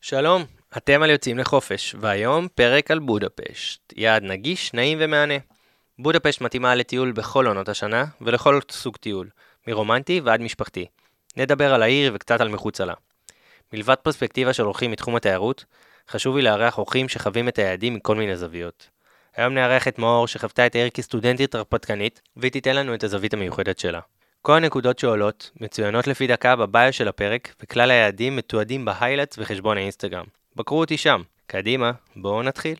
שלום, אתם על יוצאים לחופש, והיום פרק על בודפשט, יעד נגיש, נעים ומענה. בודפשט מתאימה לטיול בכל עונות השנה, ולכל סוג טיול, מרומנטי ועד משפחתי. נדבר על העיר וקצת על מחוצה לה. מלבד פרספקטיבה של אורחים מתחום התיירות, חשוב לי לארח אורחים שחווים את היעדים מכל מיני זוויות. היום נארח את מאור שחוותה את העיר כסטודנטית הרפתקנית, והיא תיתן לנו את הזווית המיוחדת שלה. כל הנקודות שעולות מצוינות לפי דקה בביו של הפרק, וכלל היעדים מתועדים בהיילייטס וחשבון האינסטגרם. בקרו אותי שם. קדימה, בואו נתחיל.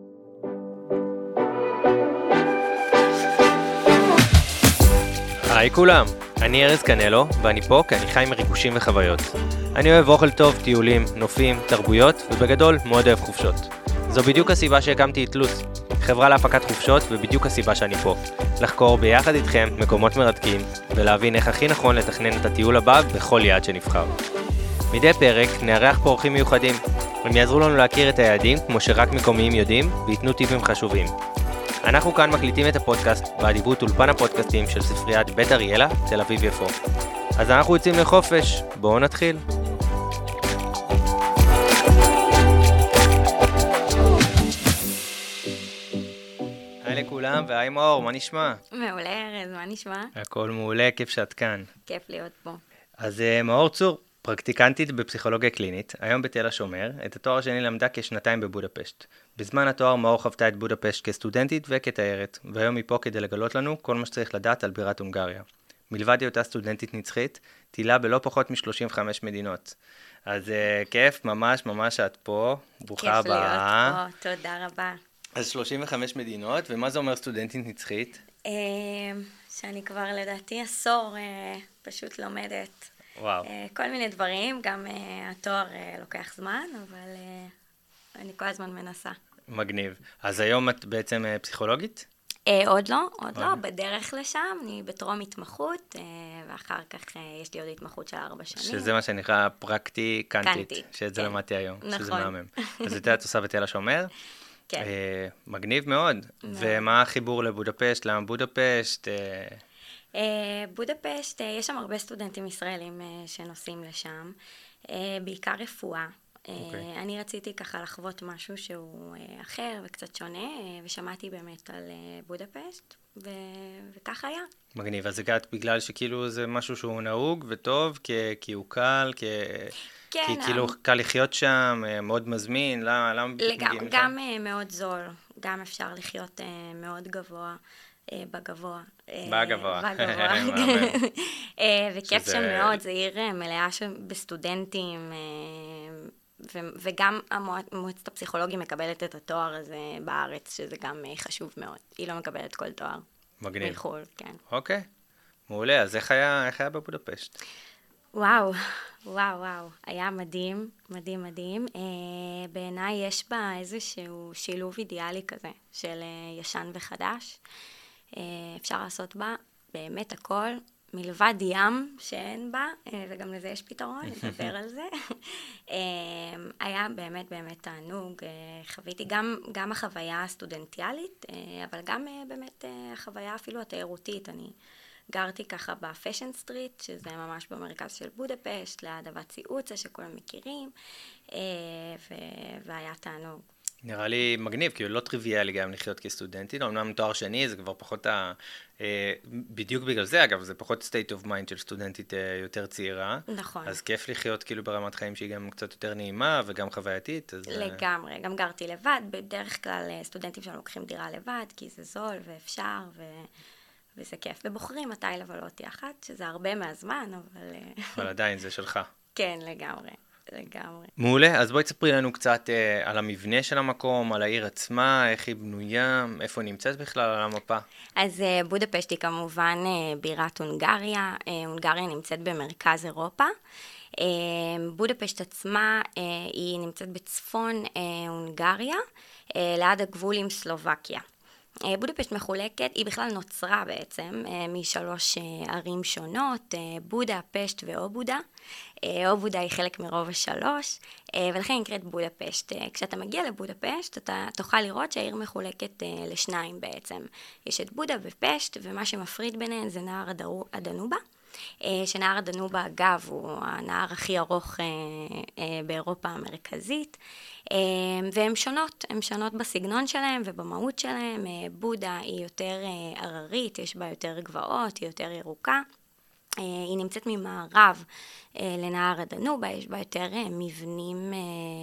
היי כולם, אני ארז קנלו, ואני פה כי אני חי מריגושים וחוויות. אני אוהב אוכל טוב, טיולים, נופים, תרבויות, ובגדול מאוד אוהב חופשות. זו בדיוק הסיבה שהקמתי את לוץ, חברה להפקת חופשות, ובדיוק הסיבה שאני פה. לחקור ביחד איתכם מקומות מרתקים, ולהבין איך הכי נכון לתכנן את הטיול הבא בכל יעד שנבחר. מדי פרק נארח פה אורחים מיוחדים. הם יעזרו לנו להכיר את היעדים כמו שרק מקומיים יודעים, ויתנו טיפים חשובים. אנחנו כאן מקליטים את הפודקאסט באדיבות אולפן הפודקאסטים של ספריית בית אריאלה, תל אביב יפו. אז אנחנו יוצאים לחופש, בואו נתחיל. היי לכולם, והי מאור, מה נשמע? מעולה ארז, מה נשמע? הכל מעולה, כיף שאת כאן. כיף להיות פה. אז מאור צור, פרקטיקנטית בפסיכולוגיה קלינית, היום בתל השומר, את התואר השני למדה כשנתיים בבודפשט. בזמן התואר מאור חוותה את בודפשט כסטודנטית וכתיירת, והיום היא פה כדי לגלות לנו כל מה שצריך לדעת על בירת הונגריה. מלבד היותה סטודנטית נצחית, טילה בלא פחות מ-35 מדינות. אז כיף, ממש שאת פה, ברוכה הבאה. כיף להיות פה, תודה רבה. אז 35 מדינות, ומה זה אומר סטודנטית נצחית? שאני כבר לדעתי עשור פשוט לומדת. וואו. כל מיני דברים, גם התואר לוקח זמן, אבל אני כל הזמן מנסה. מגניב. אז היום את בעצם פסיכולוגית? עוד לא, בדרך לשם, אני בטרום התמחות, ואחר כך יש לי עוד התמחות של 4 שנים. שזה מה שנקרא פרקטיקנטית, שאת זה למדתי היום, שזה מהמם. אז את עושה בתל השומר? כן. מגניב מאוד. ומה החיבור לבודפשט? למה בודפשט? בודפשט, יש שם הרבה סטודנטים ישראלים שנוסעים לשם, בעיקר רפואה. אני רציתי ככה לחוות משהו שהוא אחר וקצת שונה, ושמעתי באמת על בודפשט, וככה היה. מגניב, אז הגעת בגלל שכאילו זה משהו שהוא נהוג וטוב, כי הוא קל, כי כאילו קל לחיות שם, מאוד מזמין, למה מגיעים לשם? גם מאוד זול, גם אפשר לחיות מאוד גבוה. בגבוה. וכיף שם מאוד, זה עיר מלאה בסטודנטים, וגם מועצת הפסיכולוגים מקבלת את התואר הזה בארץ, שזה גם חשוב מאוד. היא לא מקבלת כל תואר. מגניב. מחול, כן. אוקיי, מעולה. אז איך היה בבודפשט? וואו. היה מדהים. בעיניי יש בה איזשהו שילוב אידיאלי כזה, של ישן וחדש. אפשר לעשות בה באמת הכל, מלבד ים שאין בה, וגם לזה יש פתרון, נדבר על זה. היה באמת תענוג, חוויתי גם החוויה הסטודנטיאלית, אבל גם באמת החוויה אפילו התיירותית. אני גרתי ככה בפשן סטריט, שזה ממש במרכז של בודפשט, ליד הוואציוצה שכולם מכירים, והיה תענוג. נראה לי מגניב, כאילו לא טריוויאלי גם לחיות כסטודנטית, אמנם תואר שני זה כבר פחות, בדיוק בגלל זה אגב, זה פחות state of mind של סטודנטית יותר צעירה. נכון. אז כיף לחיות כאילו ברמת חיים שהיא גם קצת יותר נעימה וגם חווייתית. אז לגמרי, גם גרתי לבד, בדרך כלל סטודנטים שם לוקחים דירה לבד, כי זה זול ואפשר וזה כיף. ובוחרים מתי לבלות יחד, שזה הרבה מהזמן, אבל עדיין זה שלך. כן, לגמרי. מעולה, אז בואי תספרי לנו קצת על המבנה של המקום, על העיר עצמה, איך היא בנויה, איפה נמצאת בכלל על המפה. אז בודפשט היא כמובן בירת הונגריה, הונגריה נמצאת במרכז אירופה. בודפשט עצמה היא נמצאת בצפון הונגריה, ליד הגבול עם סלובקיה. בודפשט מחולקת, היא בכלל נוצרה בעצם מ3 ערים שונות, בודה, פשט ואובודה. אובודה היא חלק מרובע 3, ולכן נקראת בודפשט. כשאתה מגיע לבודפשט, אתה תוכל לראות שהעיר מחולקת ל2 בעצם. יש את בודה ופשט, ומה שמפריד ביניהן זה נהר הדנובה. שנהר הדנובה, אגב, הוא הנהר הכי ארוך באירופה המרכזית, והן שונות בסגנון שלהם ובמהות שלהם. בודה היא יותר הררית, יש בה יותר גבעות, היא יותר ירוקה. היא נמצאת ממערב לנהר הדנובה, יש בה יותר מבנים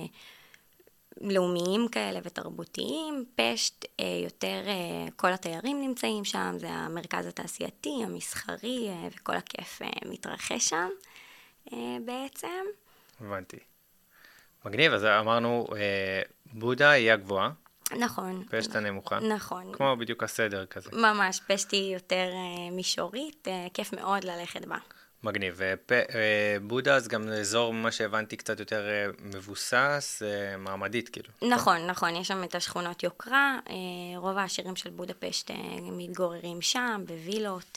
לאומיים כאלה ותרבותיים. פשט יותר, כל התיירים נמצאים שם, זה המרכז התעשייתי, המסחרי, וכל הכיף מתרחש שם בעצם. הבנתי. מגניב, אז אמרנו, בודה היא הגבוהה. נכון. פשט הנמוכה. נכון. כמו בדיוק הסדר כזה. ממש, פשט היא יותר מישורית, כיף מאוד ללכת בה. מגניב. בודה אז גם אזור, מה שהבנתי, קצת יותר מבוסס, מעמדית כאילו. נכון, יש שם את השכונות יוקרה, רוב העשירים של בודפשט מתגוררים שם, בווילות,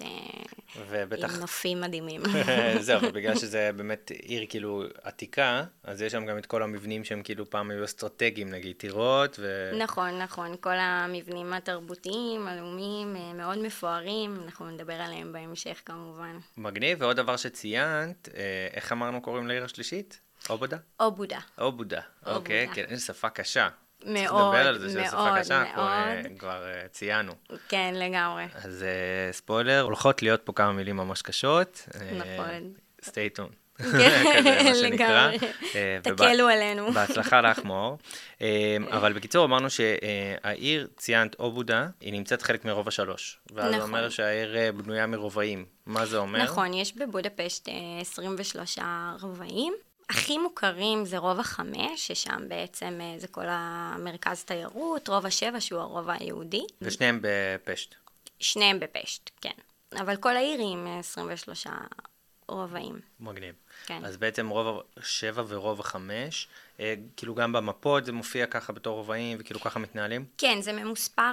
עם נופים מדהימים. זהו, אבל בגלל שזה באמת עיר כאילו עתיקה, אז יש שם גם את כל המבנים שהם כאילו פעם היו אסטרטגיים, נגיד טירות נכון, כל המבנים התרבותיים, הלאומיים, מאוד מפוארים, אנחנו נדבר עליהם בהמשך כמובן. מגניב, ועוד דבר שציינת, איך אמרנו קוראים לעיר השלישית? אובודה? אובודה, אוקיי, כן, יש שפה קשה. מאוד, צריך לדבר על זה, שזה שפה קשה, כבר ציינו. כן, לגמרי. אז ספוילר, הולכות להיות פה כמה מילים ממש קשות. נכון. stay tuned. כן, לגמרי. תקלו עלינו. בהצלחה לך, מור. אבל בקיצור, אמרנו שהעיר, ציינת אובודה, היא נמצאת חלק מרובע 3. ואז זה אומר שהעיר בנויה מרובעים. מה זה אומר? נכון, יש בבודפשט 23 רובעים. הכי מוכרים זה רובע 5, ששם בעצם זה כל המרכז תיירות, רובע 7 שהוא הרובע היהודי. ושניהם בפשט. שניהם בפשט, כן. אבל כל העיר היא עם 23 רובעים. מגניב. כן. אז בעצם רובע 7 ורובע 5, כאילו גם במפות זה מופיע ככה בתור רובעים וכאילו ככה מתנהלים? כן, זה ממוספר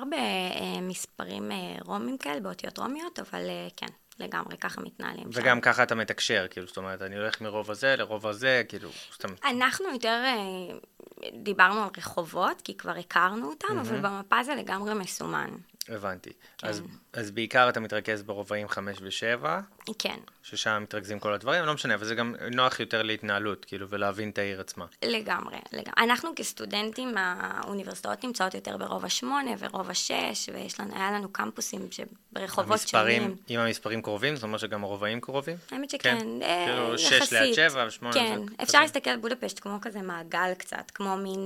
במספרים רומים כאלה, באותיות רומיות, אבל כן. לגמרי, ככה מתנהלים. וגם ככה אתה מתקשר, כאילו, זאת אומרת, אני הולך מרוב הזה לרוב הזה, כאילו, סתם. אנחנו יותר דיברנו על רחובות, כי כבר הכרנו אותם, אבל במפה זה לגמרי מסומן. הבנתי. אז בעיקר אתה מתרכז ברובעים 5 ו-7? כן. ששם מתרכזים כל הדברים, לא משנה, אבל זה גם נוח יותר להתנהלות, כאילו, ולהבין את העיר עצמה. לגמרי. אנחנו כסטודנטים, האוניברסיטאות נמצאות יותר ברובע 8 ורובע 6, והיה לנו קמפוסים ברחובות שונים. אם המספרים קרובים, זאת אומרת שגם הרובעים קרובים? האמת שכן, כאילו 6 ליד 7 ו-8. כן, אפשר להסתכל על בודפשט כמו כזה מעגל קצת, כמו מין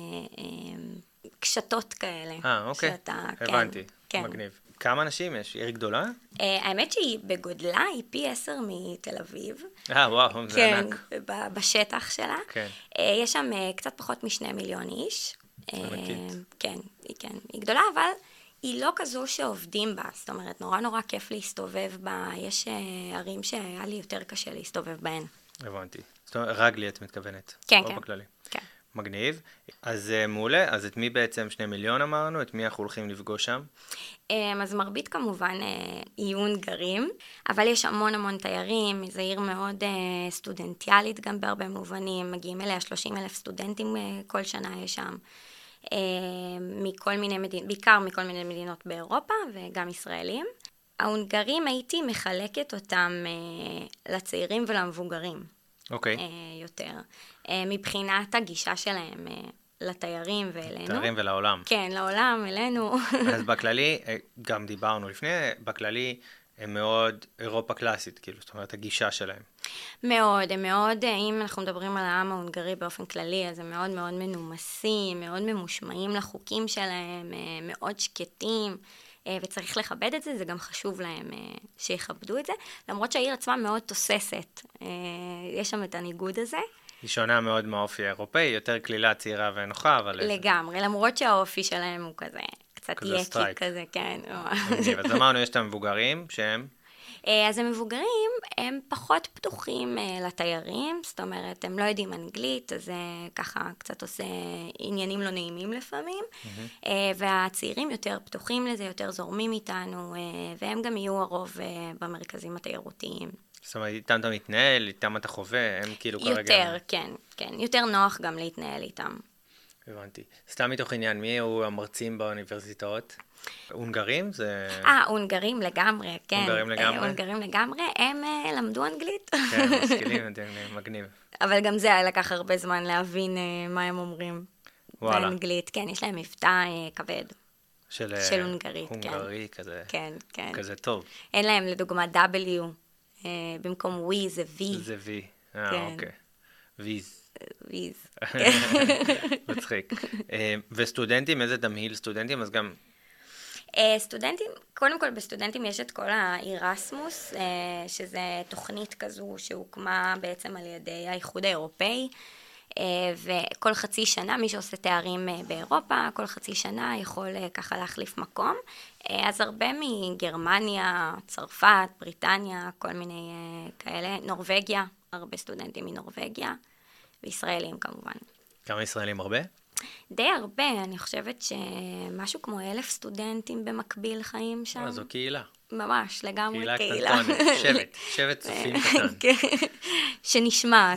קשתות כאלה. אוקיי, הבנתי, מגניב. כמה אנשים יש? עיר גדולה? האמת שהיא בגודלה, היא פי 10 מתל אביב. וואו, זה ענק. כן, בשטח שלה. כן. יש שם קצת פחות מ2 מיליון איש. כן, היא גדולה, אבל היא לא כזו שעובדים בה. זאת אומרת, נורא כיף להסתובב בה. יש ערים שהיה לי יותר קשה להסתובב בהן. הבנתי. זאת אומרת, רגלי את מתכוונת. כן. כן. מגניב. אז מעולה, אז את מי בעצם 2 מיליון אמרנו? את מי אנחנו הולכים לפגוש שם? אז מרבית כמובן יהיו הונגרים, אבל יש המון תיירים, זו עיר מאוד סטודנטיאלית גם בהרבה מובנים, מגיעים אליה 30,000 סטודנטים כל שנה יש שם, בעיקר מכל מיני מדינות באירופה וגם ישראלים. ההונגרים הייתי מחלקת אותם לצעירים ולמבוגרים. אוקיי. יותר. מבחינת הגישה שלהם לתיירים ואלינו. לתיירים ולעולם. כן, לעולם, אלינו. אז בכללי, גם דיברנו לפני, בכללי הם מאוד אירופה קלאסית, כאילו, זאת אומרת, הגישה שלהם. מאוד, הם מאוד, אם אנחנו מדברים על העם ההונגרי באופן כללי, אז הם מאוד מנומסים, מאוד ממושמעים לחוקים שלהם, מאוד שקטים. וצריך לכבד את זה, זה גם חשוב להם שיכבדו את זה, למרות שהעיר עצמה מאוד תוססת, יש שם את הניגוד הזה. היא שונה מאוד מהאופי האירופאי, יותר כלילה, צעירה ונוחה, אבל... לגמרי, למרות שהאופי שלהם הוא כזה, קצת יקי כזה, כן. אז אמרנו, יש את המבוגרים שהם... אז המבוגרים הם פחות פתוחים לתיירים, זאת אומרת, הם לא יודעים אנגלית, אז זה ככה קצת עושה עניינים לא נעימים לפעמים, והצעירים יותר פתוחים לזה, יותר זורמים איתנו, והם גם יהיו הרוב במרכזים התיירותיים. זאת אומרת, איתם אתה מתנהל, איתם אתה חווה, הם כאילו כרגע... יותר, כן, יותר נוח גם להתנהל איתם. הבנתי. סתם מתוך עניין, מי היו המרצים באוניברסיטאות? הונגרים? זה... הונגרים לגמרי, כן. הונגרים לגמרי? הונגרים לגמרי, הם למדו אנגלית. כן, משכילים, מגניב. אבל גם זה היה לקח הרבה זמן להבין מה הם אומרים באנגלית. כן, יש להם מבטא כבד. של הונגרית, כן. הונגרי, כזה. כן, כן. כזה טוב. אין להם לדוגמה W, במקום we זה V. זה V, אוקיי. ויז. ויז. מצחיק. וסטודנטים, איזה תמהיל סטודנטים? אז גם... סטודנטים, קודם כל בסטודנטים יש את כל האירסמוס, שזה תוכנית כזו שהוקמה בעצם על ידי האיחוד האירופאי, וכל חצי שנה, מי שעושה תארים באירופה, כל חצי שנה יכול ככה להחליף מקום. אז הרבה מגרמניה, צרפת, בריטניה, כל מיני כאלה, נורווגיה, הרבה סטודנטים מנורווגיה, וישראלים כמובן. כמה ישראלים הרבה? די הרבה, אני חושבת שמשהו כמו 1,000 סטודנטים במקביל חיים שם. זו קהילה. ממש, לגמרי קהילה. קטנטונת, שבט צופים קטן. שנשמעת.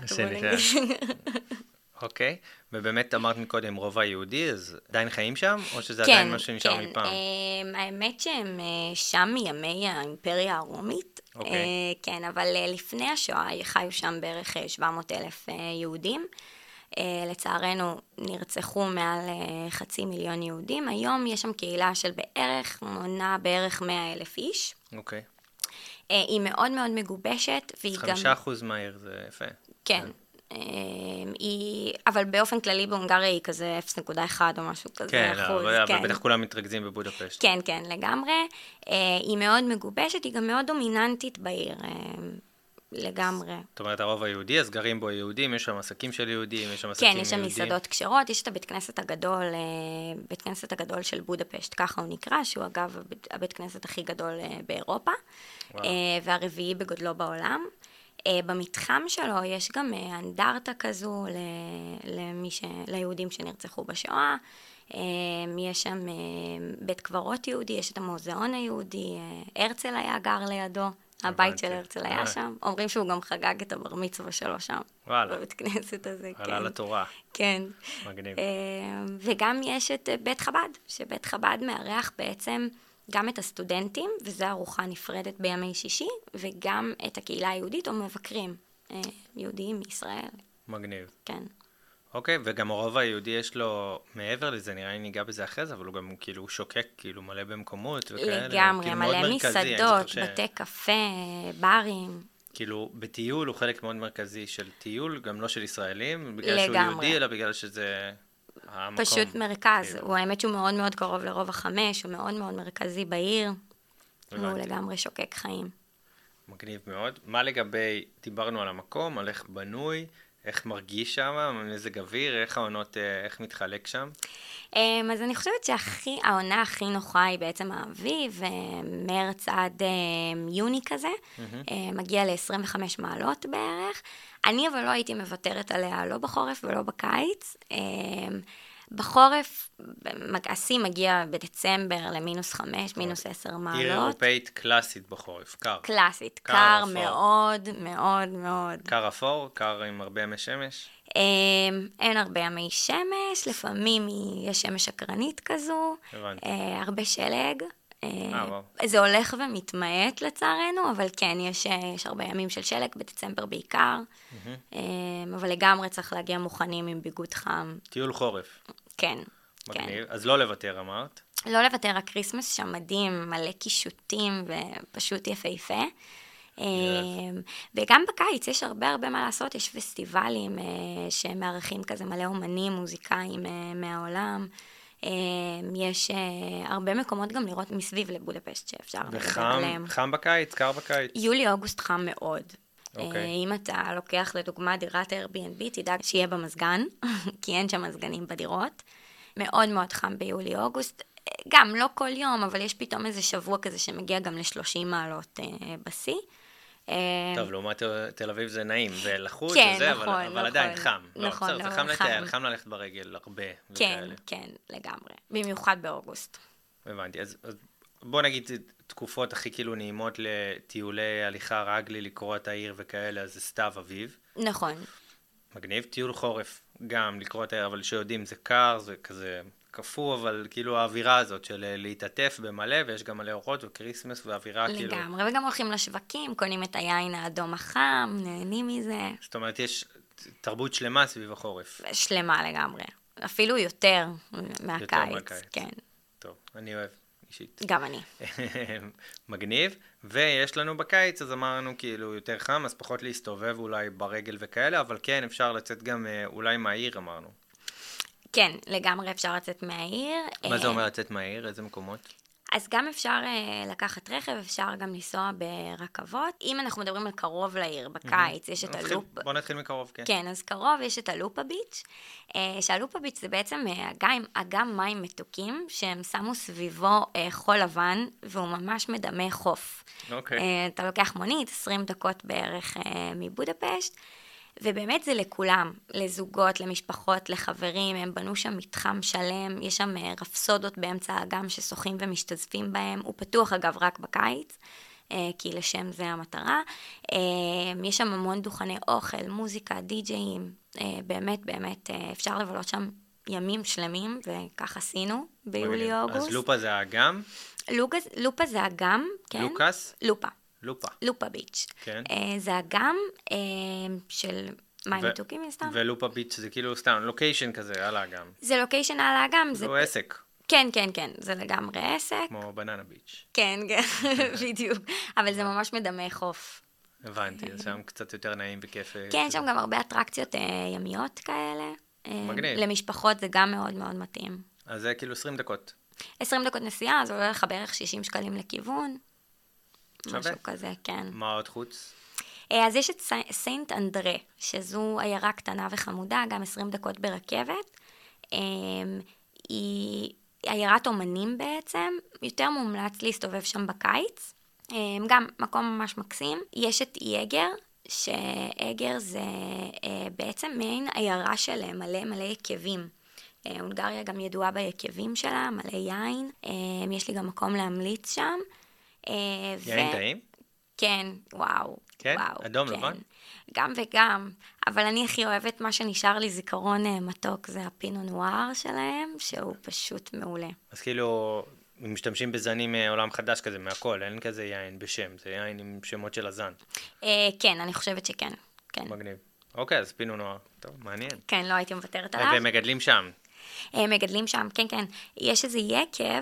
אוקיי, ובאמת אמרת מקודם רובע יהודי, אז עדיין חיים שם, או שזה עדיין משהו שנשאר מפעם? כן, האמת שהם שם מימי האימפריה הרומית, כן, אבל לפני השואה חיו שם בערך 700,000 יהודים. לצערנו נרצחו מעל 500,000 יהודים, היום יש שם קהילה של מונה בערך 100,000 איש. אוקיי. היא מאוד מאוד מגובשת, והיא גם... 5% מהעיר זה יפה. כן. אבל באופן כללי בהונגריה היא כזה 0.1 או משהו כזה. כן, אבל בטח כולם מתרכזים בבודפשט. כן, כן, לגמרי. היא מאוד מגובשת, היא גם מאוד דומיננטית בעיר. לגמרי. זאת אומרת, הרוב היהודי, אז גרים בו יהודים, יש שם עסקים של יהודים, יש שם עסקים יהודים. כן, יש שם מסעדות כשרות, יש את הבית כנסת הגדול, בית כנסת הגדול של בודפשט, ככה הוא נקרא, שהוא אגב הבית כנסת הכי גדול באירופה, והרביעי בגודלו בעולם. במתחם שלו יש גם אנדרטה כזו ליהודים שנרצחו בשואה, יש שם בית קברות יהודי, יש את המוזיאון היהודי, הרצל היה גר לידו. הבית של הרצל היה שם. אומרים שהוא גם חגג את הבר מצווה שלו שם. וואלה. בבית כנסת הזה, כן. עלה לתורה. כן. מגניב. וגם יש את בית חב"ד, שבית חב"ד מארח בעצם גם את הסטודנטים, וזו ארוחה נפרדת בימי שישי, וגם את הקהילה היהודית או מבקרים יהודיים מישראל. מגניב. כן. אוקיי, וגם הרוב היהודי יש לו, מעבר לזה, נראה לי ניגע בזה אחרי זה, אבל הוא גם כאילו שוקק, כאילו מלא במקומות וכאלה. לגמרי, כאילו מלא מסעדות, בתי קפה, ברים. כאילו, בטיול הוא חלק מאוד מרכזי של טיול, גם לא של ישראלים, בגלל שהוא יהודי, אלא בגלל שזה המקום. פשוט מרכז, הוא האמת שהוא מאוד מאוד קרוב לרובע 5, הוא מאוד מאוד מרכזי בעיר, והוא לגמרי שוקק חיים. מגניב מאוד. מה לגבי, דיברנו על המקום, על איך בנוי, איך מרגיש שם, מזג אוויר, איך העונות, איך מתחלק שם? אז אני חושבת שהעונה הכי נוחה היא בעצם האביב, מרץ עד יוני כזה, מגיע ל-25 מעלות בערך. אני אבל לא הייתי מוותרת עליה, לא בחורף ולא בקיץ. בחורף, השיא מגיע בדצמבר ל-5, -10 מעלות. עיר אירופאית קלאסית בחורף, קר. קלאסית, קר מאוד, מאוד, מאוד. קר אפור, קר עם הרבה ימי שמש? אין הרבה ימי שמש, לפעמים יש שמש שקרנית כזו, הרבה שלג. זה הולך ומתמעט לצערנו, אבל כן, יש הרבה ימים של שלג, בדצמבר בעיקר, אבל לגמרי צריך להגיע מוכנים עם ביגוד חם. טיול חורף. כן. מגניב. אז לא לוותר, אמרת? לא לוותר, הקריסמס שם מדהים, מלא קישוטים ופשוט יפהפה. וגם בקיץ יש הרבה מה לעשות, יש פסטיבלים שמארחים כזה מלא אומנים, מוזיקאים מהעולם. יש הרבה מקומות גם לראות מסביב לבודפשט שאפשר לדבר עליהם. וחם בקיץ, קר בקיץ? יולי-אוגוסט חם מאוד. אם אתה לוקח לדוגמה דירת Airbnb, תדאג שיהיה במזגן, כי אין שם מזגנים בדירות. מאוד מאוד חם ביולי-אוגוסט. גם לא כל יום, אבל יש פתאום איזה שבוע כזה שמגיע גם ל-30 מעלות בשיא. טוב, לעומת תל אביב זה נעים, ולחוץ וזה, אבל עדיין חם. נכון, זה חם לטייל, חם ללכת ברגל הרבה. כן, כן, לגמרי. במיוחד באוגוסט. הבנתי, אז בוא נגיד תקופות הכי כאילו נעימות לטיולי הליכה רגלי, לקרוא את העיר וכאלה, אז זה סתיו אביב. נכון. מגניב, טיול חורף. גם לקרוא את העיר, אבל שיודעים זה קר, זה כזה קפוא, אבל כאילו האווירה הזאת של להתעטף במלא, ויש גם מלא אורות וקריסמס ואווירה כאילו... לגמרי, וגם הולכים לשווקים, קונים את היין האדום החם, נהנים מזה. זאת אומרת, יש תרבות שלמה סביב החורף. שלמה לגמרי. אפילו יותר מהקיץ. כן. טוב, אני אוהב אישית. גם אני. מגניב. ויש לנו בקיץ, אז אמרנו כאילו יותר חם, אז פחות להסתובב אולי ברגל וכאלה, אבל כן, אפשר לצאת גם אולי מהעיר, אמרנו. כן, לגמרי אפשר לצאת מהעיר. מה זה אומר לצאת מהעיר? איזה מקומות? אז גם אפשר לקחת רכב, אפשר גם לנסוע ברכבות. אם אנחנו מדברים על קרוב לעיר, בקיץ, יש את הלופ... בוא נתחיל מקרוב, כן. כן, אז קרוב יש את הלופה ביץ', שהלופה ביץ' זה בעצם אגם מים מתוקים, שהם שמו סביבו חול לבן, והוא ממש מדמה חוף. אוקיי. אתה לוקח מונית, 20 דקות בערך מבודפשט, ובאמת זה לכולם, לזוגות, למשפחות, לחברים, הם בנו שם מתחם שלם, יש שם רפסודות באמצע האגם ששוחים ומשתזפים בהם, הוא פתוח אגב רק בקיץ, כי לשם זה המטרה, יש שם המון דוכני אוכל, מוזיקה, די-ג'אים, באמת אפשר לבלות שם ימים שלמים, וכך עשינו ביולי-אוגוסט. אז לופה זה האגם? לופה זה האגם, כן? לוקאס? לופה. לופה ביץ'. כן. זה אגם של מים מתוקים, מסתם. ולופה ביץ' זה כאילו סתם, לוקיישן כזה על האגם. זה לוקיישן על האגם. זה עסק. כן, זה לגמרי עסק. כמו בננה ביץ'. כן, בדיוק. אבל זה ממש מדמה חוף. הבנתי, אז שם קצת יותר נעים וכיף. כן, שם גם הרבה אטרקציות ימיות כאלה. מגניב. למשפחות זה גם מאוד מאוד מתאים. אז זה כאילו 20 דקות. 20 דקות נסיעה, אז עולה לך בערך 60 שקלים לכיוון. שווה. משהו כזה, כן. מה עוד חוץ? אז יש את סיינט אנדרה, שזו עיירה קטנה וחמודה, גם 20 דקות ברכבת. היא עיירת אומנים בעצם, יותר מומלץ להסתובב שם בקיץ. גם מקום ממש מקסים. יש את יגר, שאגר זה בעצם מעין עיירה של מלא יקבים. הונגריה גם ידועה ביקבים שלה, מלא יין. יש לי גם מקום להמליץ שם. יין טעים? כן, וואו. כן? וואו, אדום, כן. נכון? גם וגם, אבל אני הכי אוהבת מה שנשאר לי זיכרון מתוק, זה הפינו נואר שלהם, שהוא פשוט מעולה. אז כאילו, משתמשים בזנים מעולם חדש כזה, מהכל, אין כזה יין בשם, זה יין עם שמות של הזן. כן, אני חושבת שכן, כן. מגניב. אוקיי, אז פינו נואר, טוב, מעניין. כן, לא הייתי מוותרת עליו. ומגדלים שם. מגדלים שם, כן. יש איזה יקב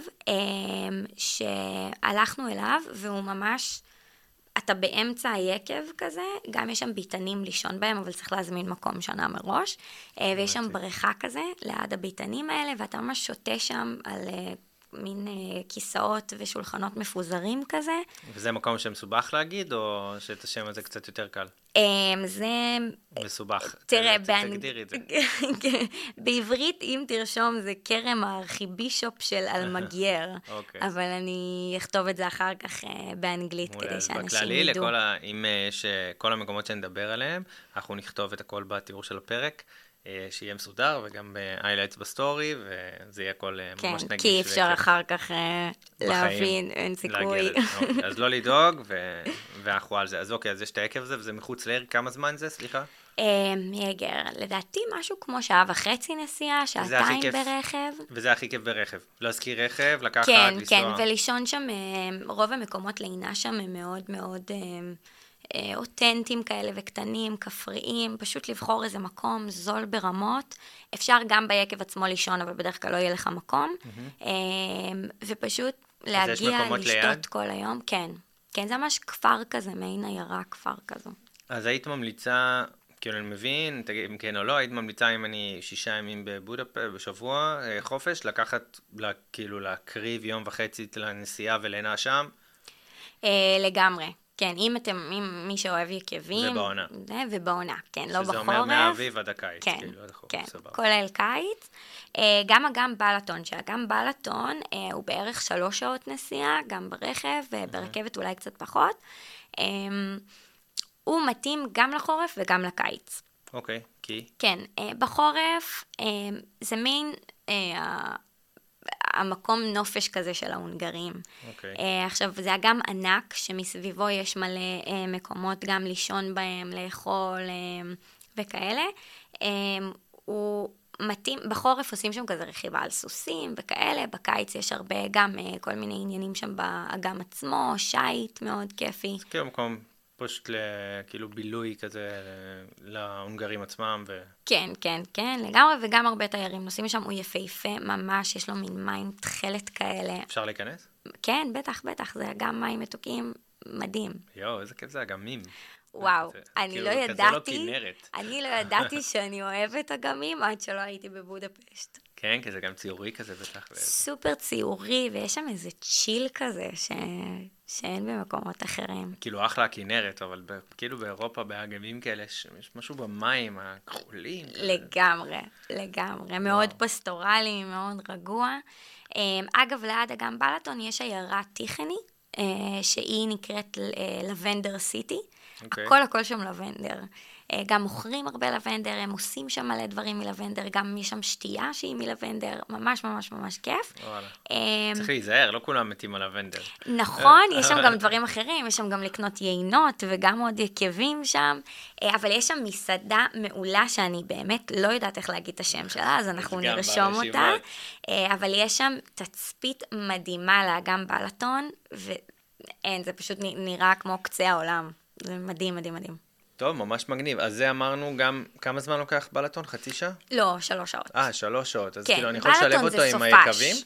שהלכנו אליו, והוא ממש, אתה באמצע היקב כזה, גם יש שם ביטנים לישון בהם, אבל צריך להזמין מקום שנה מראש, ויש שם בריכה כזה, ליד הביטנים האלה, ואתה ממש שותה שם על מין כיסאות ושולחנות מפוזרים כזה. וזה מקום שמסובך להגיד, או שאת השם הזה קצת יותר קל? זה... מסובך. תראה, תגדירי את זה. בעברית, אם תרשום, זה כרם הארכיבישופ של אלמגייר. אבל אני אכתוב את זה אחר כך באנגלית, כדי שאנשים ידעו. בכללי, אם יש כל המקומות שנדבר עליהם, אנחנו נכתוב את הכל בתיאור של הפרק. שיהיה מסודר, וגם highlights בסטורי, וזה יהיה הכל ממש נגיש. כן, כי אפשר אחר כך להבין, אין סיכוי. אז לא לדאוג, ואנחנו על זה. אז אוקיי, אז יש את העקב הזה, וזה מחוץ לעיר, כמה זמן זה, סליחה? יגר, לדעתי משהו כמו 1.5 נסיעה, 2 ברכב. וזה הכי כיף ברכב. להזכיר רכב, לקחת, לנסוע. כן, ולישון שם, רוב המקומות לינה שם הם מאוד מאוד... אותנטיים כאלה וקטנים, כפריים, פשוט לבחור איזה מקום זול ברמות. אפשר גם ביקב עצמו לישון, אבל בדרך כלל לא יהיה לך מקום. ופשוט להגיע, לשתות כל היום. כן, כן, זה ממש כפר כזה, מעין עיירה כפר כזו. אז היית ממליצה, כאילו אני מבין, תגיד אם כן או לא, היית ממליצה אם אני 6 ימים בבודפשט בשבוע, חופש, לקחת, כאילו להקריב 1.5 יום לנסיעה ולינה שם? לגמרי. כן, אם מי שאוהב יקבים. ובעונה. ובעונה, כן, לא בחורף. שזה אומר מהאביב עד הקיץ. כן, כאילו, עד החורף, כן, סבבה. כולל קיץ. גם אגם בלטון, שהאגם בלטון הוא בערך 3 שעות נסיעה, גם ברכב, וברכבת אולי קצת פחות. הוא מתאים גם לחורף וגם לקיץ. אוקיי, כי? כן, בחורף זה מין... המקום נופש כזה של ההונגרים. עכשיו, זה אגם ענק, שמסביבו יש מלא מקומות גם לישון בהם, לאכול וכאלה. הוא מתאים, בחורף עושים שם כזה רכיבה על סוסים וכאלה, בקיץ יש הרבה גם כל מיני עניינים שם באגם עצמו, שייט מאוד כיפי. זה כאילו מקום פשוט כאילו בילוי כזה להונגרים עצמם כן, כן, כן, לגמרי, וגם הרבה תיירים נוסעים שם, הוא יפהפה ממש, יש לו מין מים תכלת כאלה. אפשר להיכנס? כן, בטח, בטח, זה גם מים מתוקים מדהים. יואו, איזה כיף זה אגמים. וואו, אני לא ידעתי, אני לא ידעתי שאני אוהבת אגמים עד שלא הייתי בבודפשט. כן, כי זה גם ציורי כזה בטח. סופר ציורי, ויש שם איזה צ'יל כזה שאין במקומות אחרים. כאילו אחלה הכנרת, אבל כאילו באירופה באגמים כאלה יש משהו במים הכחולים. לגמרי, לגמרי. מאוד פסטורלי, מאוד רגוע. אגב, ליד אגם בלטון יש עיירה טיכני, שהיא נקראת לבנדר סיטי. הכל שם לבנדר. גם מוכרים הרבה לבנדר, הם עושים שם מלא דברים מלבנדר, גם יש שם שתייה שהיא מלבנדר, ממש ממש ממש כיף. צריך להיזהר, לא כולם מתים על לבנדר. נכון, יש שם גם דברים אחרים, יש שם גם לקנות יינות וגם עוד יקבים שם, אבל יש שם מסעדה מעולה שאני באמת לא יודעת איך להגיד את השם שלה, אז אנחנו נרשום אותה, אבל יש שם תצפית מדהימה לאגם בלטון, ואין, זה פשוט נראה כמו קצה העולם. זה מדהים, מדהים, מדהים. טוב, ממש מגניב. אז זה אמרנו גם, כמה זמן לוקח בלטון? חצי שעה? לא, 3 שעות. 3 שעות. אז כן, כאילו אני יכול לשלב אותו עם היקבים?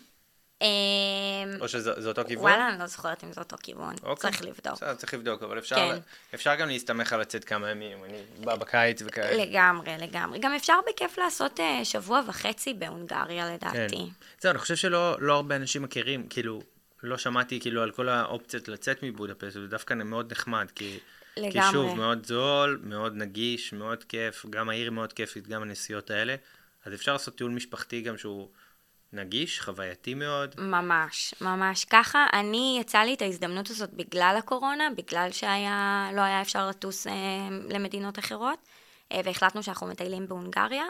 או שזה אותו כיוון? וואלה, אני לא זוכרת אם זה אותו כיוון. צריך לבדוק. בסדר, צריך לבדוק, אבל אפשר גם להסתמך על לצאת כמה ימים. אני בא בקיץ וכאלה. לגמרי, לגמרי. גם אפשר בכיף לעשות 1.5 שבוע בהונגריה, לדעתי. זהו, אני חושב שלא הרבה אנשים מכירים, כאילו, לא שמעתי כאילו על כל האופציות לצאת מבודפשט, זה דווקא מאוד נחמד, כי שוב, מאוד זול, מאוד נגיש, מאוד כיף, גם העיר מאוד כיפית, גם הנסיעות האלה, אז אפשר לעשות טיול משפחתי גם שהוא נגיש, חווייתי מאוד. ממש, ממש ככה. אני יצא לי את ההזדמנות הזאת בגלל הקורונה, בגלל לא היה אפשר לטוס למדינות אחרות, והחלטנו שאנחנו מטיילים בהונגריה,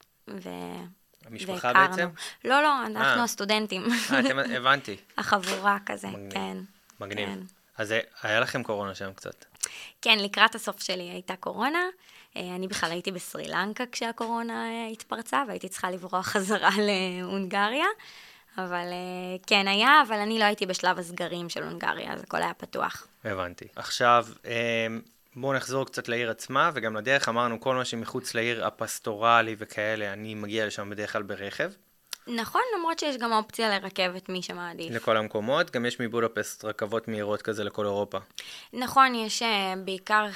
המשפחה בעצם? לא, אנחנו הסטודנטים. הבנתי. החבורה כזה, כן. מגניב. אז היה לכם קורונה שם קצת? כן, לקראת הסוף שלי הייתה קורונה. אני בכלל הייתי בסרי לנקה כשהקורונה התפרצה, והייתי צריכה לברוח חזרה להונגריה. אבל כן היה, אבל אני לא הייתי בשלב הסגרים של הונגריה, אז הכל היה פתוח. הבנתי. עכשיו, בואו נחזור קצת לעיר עצמה, וגם לדרך אמרנו, כל מה שמחוץ לעיר הפסטורלי וכאלה, אני מגיע לשם בדרך כלל ברכב. נכון, למרות שיש גם אופציה לרכבת מי שמעדיף. לכל המקומות, גם יש מבודפשט רכבות מהירות כזה לכל אירופה. נכון, יש בעיקר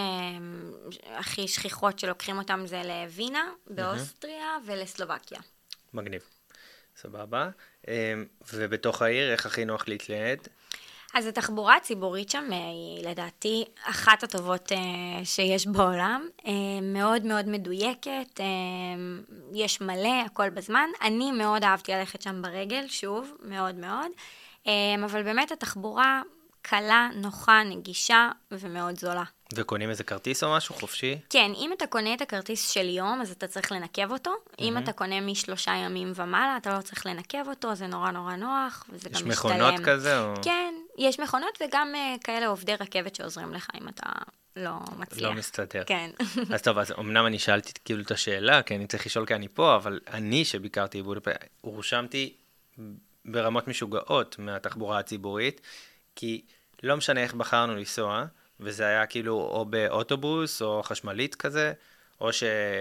הכי שכיחות שלוקחים אותם זה לווינה, באוסטריה ולסלובקיה. מגניב. סבבה. ובתוך העיר, איך הכי נוח להתנייד? אז התחבורה הציבורית שם היא לדעתי אחת הטובות שיש בעולם, מאוד מאוד מדויקת, יש מלא, הכל בזמן. אני מאוד אהבתי ללכת שם ברגל, שוב, מאוד מאוד, אבל באמת התחבורה קלה, נוחה, נגישה ומאוד זולה. וקונים איזה כרטיס או משהו חופשי? כן, אם אתה קונה את הכרטיס של יום, אז אתה צריך לנקב אותו. אם אתה קונה מ3 ימים ומעלה, אתה לא צריך לנקב אותו, זה נורא נורא נוח, וזה גם משתלם. יש מכונות כזה? או... כן, יש מכונות וגם כאלה עובדי רכבת שעוזרים לך אם אתה לא מצליח. לא מסתדר. כן. אז טוב, אז אמנם אני שאלתי כאילו את השאלה, כי אני צריך לשאול כי אני פה, אבל אני שביקרתי בבודפשט, הורשמתי ברמות משוגעות מהתחבורה הציבורית, כי לא משנה איך בחרנו לנסוע, וזה היה כאילו או באוטובוס או חשמלית כזה, או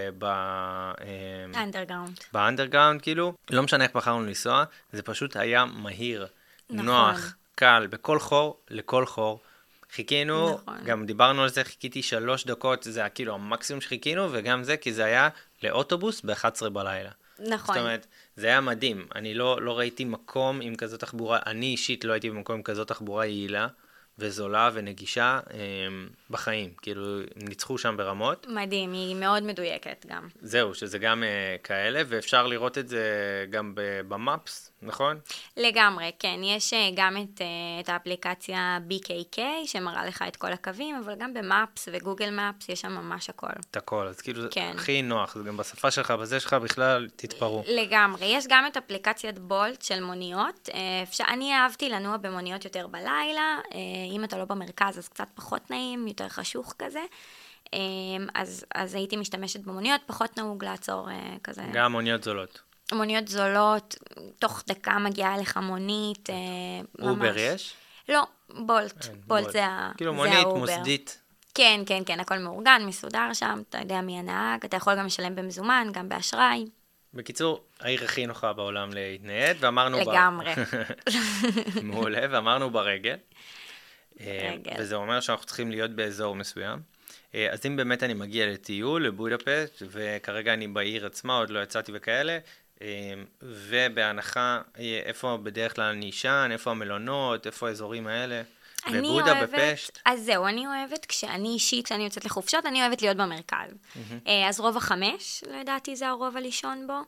באנדרגראונד כאילו, לא משנה איך בחרנו לנסוע, זה פשוט היה מהיר, נוח, קל, בכל חור, לכל חור. חיכינו, גם דיברנו על זה, חיכיתי 3 דקות, זה היה כאילו המקסימום שחיכינו, וגם זה כי זה היה לאוטובוס ב-11 בלילה. נכון. זאת אומרת, זה היה מדהים, אני לא ראיתי מקום עם כזאת תחבורה, אני אישית לא הייתי במקום עם כזאת תחבורה יעילה, וזולה ונגישה בחיים, כאילו הם ניצחו שם ברמות. מדהים, היא מאוד מדויקת גם. זהו, שזה גם כאלה, ואפשר לראות את זה גם במאפס, נכון? לגמרי, כן, יש גם את האפליקציה BKK, שמראה לך את כל הקווים, אבל גם במאפס וגוגל מאפס יש שם ממש הכל. את הכל, אז כאילו כן. זה הכי נוח, זה גם בשפה שלך, בזה שלך בכלל תתפרו. לגמרי, יש גם את אפליקציית בולט של מוניות, אני אהבתי לנוע במוניות יותר בלילה, אם אתה לא במרכז אז קצת פחות נעים, יותר חשוך כזה, אז הייתי משתמשת במוניות, פחות נהוג לעצור כזה. גם מוניות זולות. מוניות זולות, תוך דקה מגיעה לך מונית, ממש. אובר יש? לא, בולט. בולט זה האובר. כאילו מונית מוסדית. כן, כן, כן, הכל מאורגן, מסודר שם, אתה יודע מי הנהג, אתה יכול גם לשלם במזומן, גם באשראי. בקיצור, העיר הכי נוחה בעולם להתנייד, ואמרנו... לגמרי. מעולה, ואמרנו ברגל. וזה אומר שאנחנו צריכים להיות באזור מסוים. אז אם באמת אני מגיע לטיול, לבודפשט, וכרגע אני בעיר עצמה, עוד לא יצאתי וכאלה, ובהנחה, איפה בדרך כלל אני אשן, איפה המלונות, איפה האזורים האלה, בבודפשט. אז זהו, אני אוהבת, כשאני אישית, כשאני יוצאת לחופשות, אני אוהבת להיות במרכז. אז רובע 5, לדעתי זה הרובע לישון בו.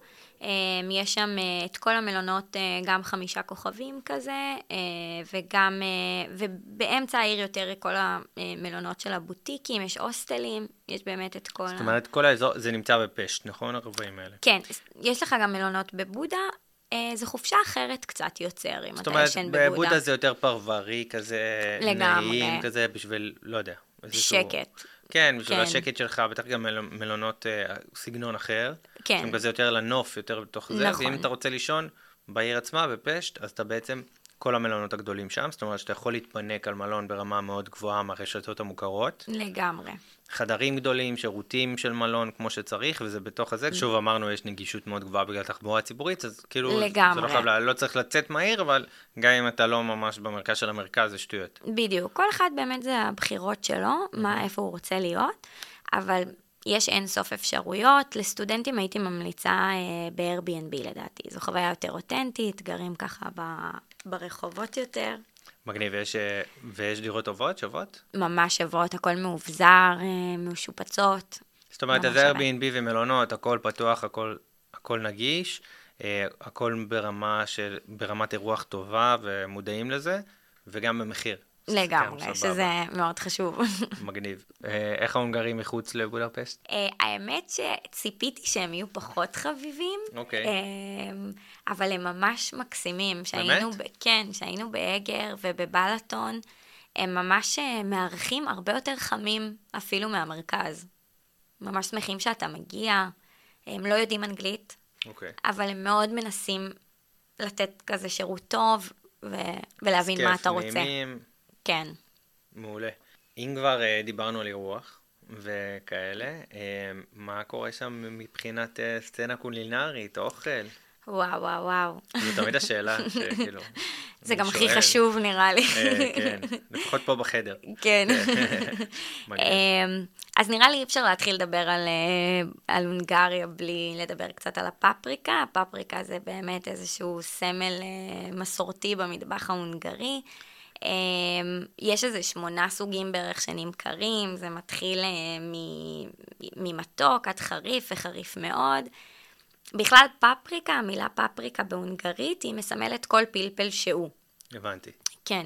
יש שם את כל המלונות, גם 5 כוכבים כזה, וגם, ובאמצע העיר יותר כל המלונות של הבוטיקים, יש הוסטלים, יש באמת את כל... זאת אומרת, כל האזור, זה נמצא בפשט, נכון? הרובעים האלה. כן, יש לך גם מלונות בבודה, זו חופשה אחרת קצת יוצר, אם אתה ישן בבודה. זאת אומרת, בבודה זה יותר פרברי כזה, לגמרי. נעים כזה, בשביל, לא יודע. שקט. כן, בשביל השקט שלך, בטח גם מלונות סגנון אחר. כן. שהם כזה יותר לנוף, יותר בתוך זה. נכון. ואם אתה רוצה לישון בעיר עצמה, בפשט, אז אתה בעצם כל המלונות הגדולים שם. זאת אומרת שאתה יכול להתפנק על מלון ברמה מאוד גבוהה מהרשתות המוכרות. לגמרי. חדרים גדולים, שירותים של מלון כמו שצריך, וזה בתוך הזה. שוב אמרנו, יש נגישות מאוד גבוהה בגלל תחבורה ציבורית, אז כאילו, לגמרי. זה לא צריך לצאת מהעיר, אבל גם אם אתה לא ממש במרכז של המרכז, זה שטויות. בדיוק. כל אחד באמת זה הבחירות שלו, איפה הוא רוצה להיות, אבל יש אין סוף אפשרויות. לסטודנטים הייתי ממליצה ב-Airbnb לדעתי. זו חוויה יותר אותנטית, גרים ככה ברחובות יותר. מגניב, ויש דירות טובות, שוות? ממש שוות, הכל מאובזר, משופצות. זאת אומרת, אז Airbnb ומלונות, הכל פתוח, הכל נגיש, הכל ברמת אירוח טובה ומודעים לזה, וגם במחיר. לגמרי, שזה מאוד חשוב. מגניב. איך ההונגרים מחוץ לבודפשט? האמת שציפיתי שהם יהיו פחות חביבים. אוקיי. אבל הם ממש מקסימים. באמת? כן, שהיינו באגר ובבלטון, הם ממש מארחים הרבה יותר חמים אפילו מהמרכז. ממש שמחים שאתה מגיע, הם לא יודעים אנגלית, אבל הם מאוד מנסים לתת כזה שירות טוב ולהבין מה אתה רוצה. כיף, נעימים. כן. מעולה. אם כבר דיברנו על אירוח וכאלה, מה קורה שם מבחינת סצנה קולינרית, אוכל? וואו, וואו, וואו. זו תמיד השאלה שכאילו... זה גם הכי חשוב נראה לי. כן, לפחות פה בחדר. כן. אז נראה לי אי אפשר להתחיל לדבר על הונגריה בלי לדבר קצת על הפפריקה. הפפריקה זה באמת איזשהו סמל מסורתי במטבח ההונגרי. יש איזה 8 סוגים בערך שנמכרים, זה מתחיל ממתוק עד חריף וחריף מאוד. בכלל פפריקה, המילה פפריקה בהונגרית, היא מסמלת כל פלפל שהוא. הבנתי. כן.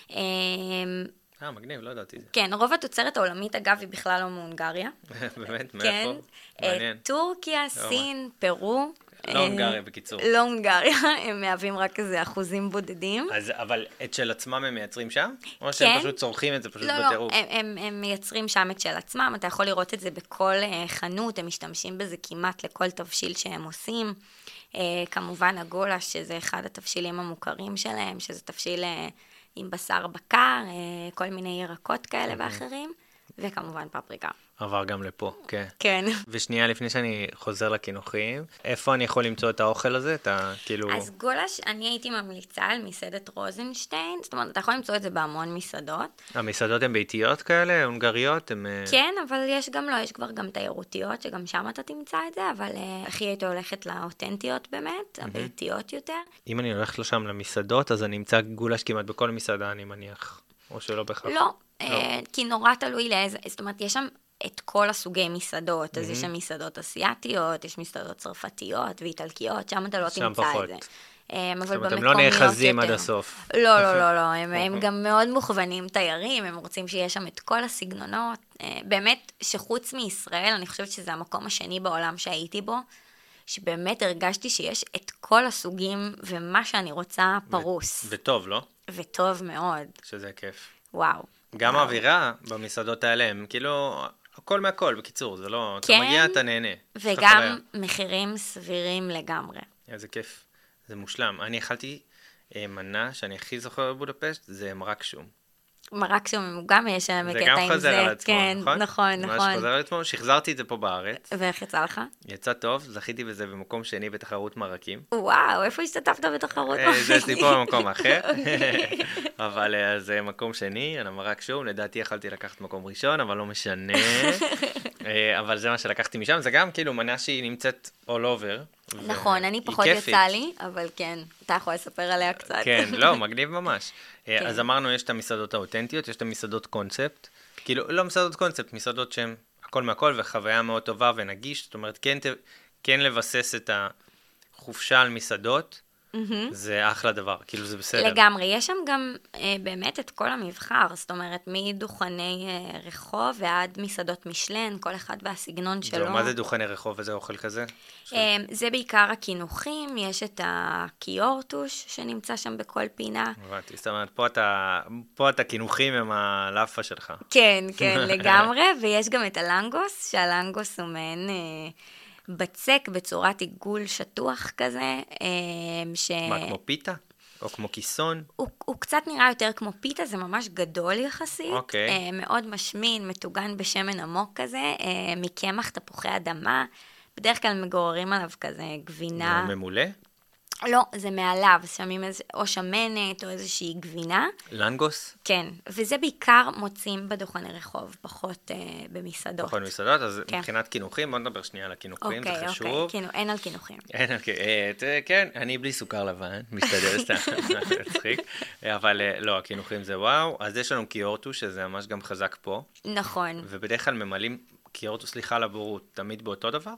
מגניב, לא ידעתי את זה. כן, רוב התוצרת העולמית אגב היא בכלל לא מהונגריה. באמת? כן. מאיפה? מעניין. טורקיה, סין, פרו. לא הונגריה בקיצור. לא הונגריה, הם מהווים רק איזה אחוזים בודדים. אבל את של עצמם הם מייצרים שם? או שהם פשוט צורכים את זה פשוט בטירוף? לא, הם מייצרים שם את של עצמם, אתה יכול לראות את זה בכל חנות, הם משתמשים בזה כמעט לכל תבשיל שהם עושים. כמובן הגולש, שזה אחד התבשילים המוכרים שלהם, שזה תבשיל עם בשר בקר, כל מיני ירקות כאלה ואחרים, וכמובן פפריקה. עבר גם לפה, כן. כן. ושנייה לפני שאני חוזר לכינוחים, איפה אני יכול למצוא את האוכל הזה? אז גולש, אני הייתי ממליצה על מסעדת רוזנשטיין, זאת אומרת, אתה יכול למצוא את זה בהמון מסעדות. המסעדות הן ביתיות כאלה, הונגריות? כן, אבל יש גם לא, יש כבר גם תיירותיות, שגם שם אתה תמצא את זה, אבל הכי הייתי הולכת לאותנטיות באמת, הביתיות יותר. אם אני הולך לשם למסעדות, אז אני אמצא גולש כמעט בכל מסעדה, אני מניח, או שלא בכך. לא, כי נורא תלוי לאיזה, זאת אומרת, יש שם את כל הסוגי מסעדות, אז יש שם מסעדות אסיאטיות, יש מסעדות צרפתיות ואיטלקיות, שם אתה לא תמצא את זה. זאת אומרת, הם לא נאחזים עד הסוף. לא, לא, לא, לא, הם גם מאוד מוכוונים תיירים, הם רוצים שיש שם את כל הסגנונות. באמת שחוץ מישראל, אני חושבת שזה המקום השני בעולם שהייתי בו, שבאמת הרגשתי שיש את כל הסוגים ומה שאני רוצה פרוס. וטוב, לא? וטוב מאוד. שזה כיף. וואו. גם האווירה במסעדות האלה, הם כאילו, הכל מהכל, בקיצור, זה לא, כן, אתה מגיע, אתה נהנה. וגם מחירים סבירים לגמרי. איזה כיף, זה מושלם. אני אכלתי מנה שאני הכי זוכר בבודפשט, זה מרק שום. מרק שום, גם יש שם זה קטע גם עם חוזר זה. על עצמו, כן, נכון? נכון, מה נכון. שחוזר על עצמו, שחזרתי את זה פה בארץ. ואיך יצא לך? יצא טוב, זכיתי בזה במקום שני בתחרות מרקים. וואו, איפה השתתפת בתחרות? זה יש לי פה במקום אחר. אבל זה מקום שני, על המרק שום, לדעתי יכלתי לקחת מקום ראשון, אבל לא משנה. אבל זה מה שלקחתי משם, זה גם כאילו מנה שהיא נמצאת all over. נכון, אני פחות יצא לי, אבל כן, אתה יכול לספר עליה קצת. כן, לא, מגניב ממש. אז אמרנו, יש את המסעדות האותנטיות, יש את המסעדות קונספט, כאילו, לא מסעדות קונספט, מסעדות שהן הכל מהכל וחוויה מאוד טובה ונגיש, זאת אומרת, כן לבסס את החופשה על מסעדות, זה אחלה דבר, כאילו זה בסדר. לגמרי, יש שם גם באמת את כל המבחר, זאת אומרת, מדוכני רחוב ועד מסעדות משלן, כל אחד והסגנון שלו. מה זה דוכני רחוב וזה אוכל כזה? זה בעיקר הכינוחים, יש את הקיורטוש שנמצא שם בכל פינה. הבנתי, זאת אומרת, פה את הכינוחים עם הלאפה שלך. כן, כן, לגמרי, ויש גם את הלנגוס, שהלנגוס הוא מעין בצק בצורת עיגול שטוח כזה. מה, כמו פיתה? או כמו כיסון? הוא קצת נראה יותר כמו פיתה, זה ממש גדול יחסית. אוקיי. מאוד משמין, מטוגן בשמן עמוק כזה, מקמח תפוחי אדמה. בדרך כלל מגוררים עליו כזה גבינה. ממולא? לא, זה מעליו, שמים או שמנת או איזושהי גבינה. לנגוס? כן, וזה בעיקר מוצאים בדוכני רחוב, פחות במסעדות. פחות במסעדות, אז כן. מבחינת כינוחים, בוא נדבר שנייה על הכינוחים, זה חשוב. אוקיי, אין על כינוחים. כן, אני בלי סוכר לבן, משתדל סתם, מצחיק, אבל לא, הכינוחים זה וואו, אז יש לנו קיורטוש, שזה ממש גם חזק פה. נכון. ובדרך כלל ממלאים קיורטוש, סליחה על הבורות, תמיד באותו דבר?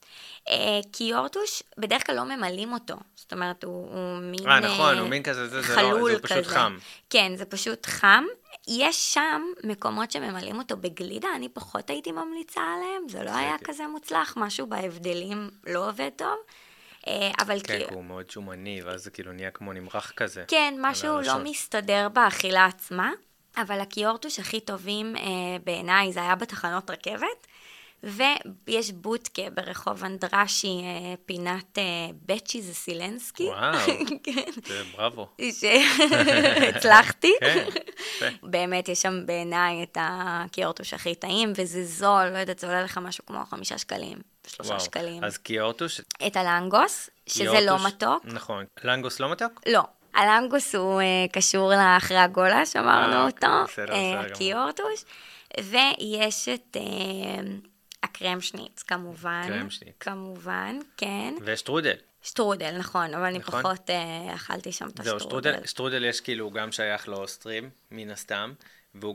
קיורטוש, בדרך כלל לא ממלאים אותו, זאת אומרת, הוא מין נכון, הוא מין כזה, זה פשוט חם. כן, זה פשוט חם. יש שם מקומות שממלאים אותו בגלידה, אני פחות הייתי ממליצה עליהם, זה לא היה כזה מוצלח, משהו בהבדלים לא עובד טוב. אבל כן, הוא מאוד שומני, ואז זה כאילו נהיה כמו נמרח כזה. כן, משהו לא מסתדר באכילה עצמה, אבל הקיורטוש הכי טובים בעיניי, זה היה בתחנות רכבת, ויש בוטקה ברחוב אנדרשי, פינת בצ'י זה סילנסקי. וואו, זה בראבו. הצלחתי. כן, באמת יש שם בעיניי את הקיורטוש הכי טעים, וזה זול, לא יודעת, זה עולה לך משהו כמו 5 שקלים, 3 שקלים. אז קיורטוש... את הלנגוס, שזה לא מתוק. נכון. לנגוס לא מתוק? לא. הלנגוס הוא קשור לאחרי הגולה, שאמרנו אותו. בסדר. קיורטוש. ויש את... הקרם שניץ, כמובן. קרם שניץ. כמובן, כן. ושטרודל. שטרודל, נכון, אבל אני פחות אכלתי שם את השטרודל. זהו, שטרודל יש כאילו, הוא גם שייך לאוסטרים, מן הסתם, והוא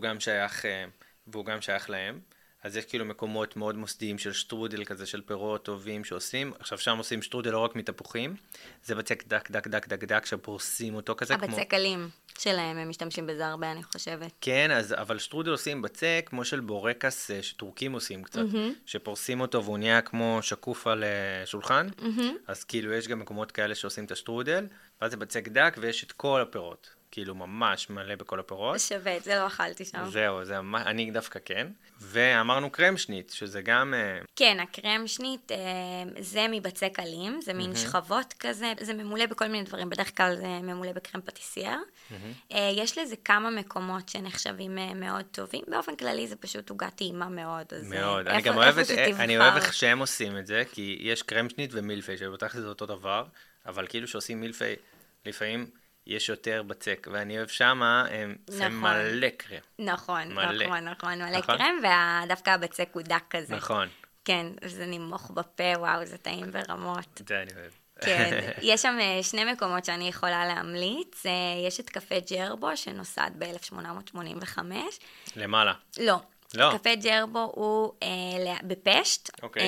גם שייך להם. אז יש כאילו מקומות מאוד מוסדיים של שטרודל כזה, של פירות טובים שעושים. עכשיו שם עושים שטרודל לא רק מתפוחים, זה בצק דק, דק, דק, דק, דק, שפורסים אותו כזה. הבצק אלים שלהם, הם משתמשים בזה הרבה, אני חושבת. כן, אבל שטרודל עושים בצק, כמו של בורקס שטורקים עושים קצת, שפורסים אותו והוא נהיה כמו שקוף על שולחן, אז כאילו יש גם מקומות כאלה שעושים את השטרודל, ואז זה בצק דק ויש את כל הפירות. כאילו ממש מלא בכל הפירות. שווה, זה לא אכלתי שם. זהו, אני דווקא כן. ואמרנו קרם שניט, שזה גם... כן, הקרם שניט זה מבצק אלים, זה מין שכבות כזה, זה ממולא בכל מיני דברים, בדרך כלל זה ממולא בקרם פטיסייר. יש לזה כמה מקומות שנחשבים מאוד טובים, באופן כללי זה פשוט עוגה טעימה מאוד. מאוד, אני אוהב איך שהם עושים את זה, כי יש קרם שניט ומילפי, שבטח זה אותו דבר, אבל כאילו שעושים מילפי, לפעמים... יש יותר בצק, ואני אוהב שמה, זה מלא קרם. נכון, מלא קרם, ודווקא הבצק הוא דק כזה. נכון. כן, זה נמוך בפה, וואו, זה טעים ברמות. זה אני אוהב. כן, יש שם 2 מקומות שאני יכולה להמליץ, יש את קפה ג'רבו, שנוסד ב-1885. למעלה. לא. קפה ג'רבו הוא בפשט,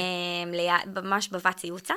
ממש בבץ יוצא.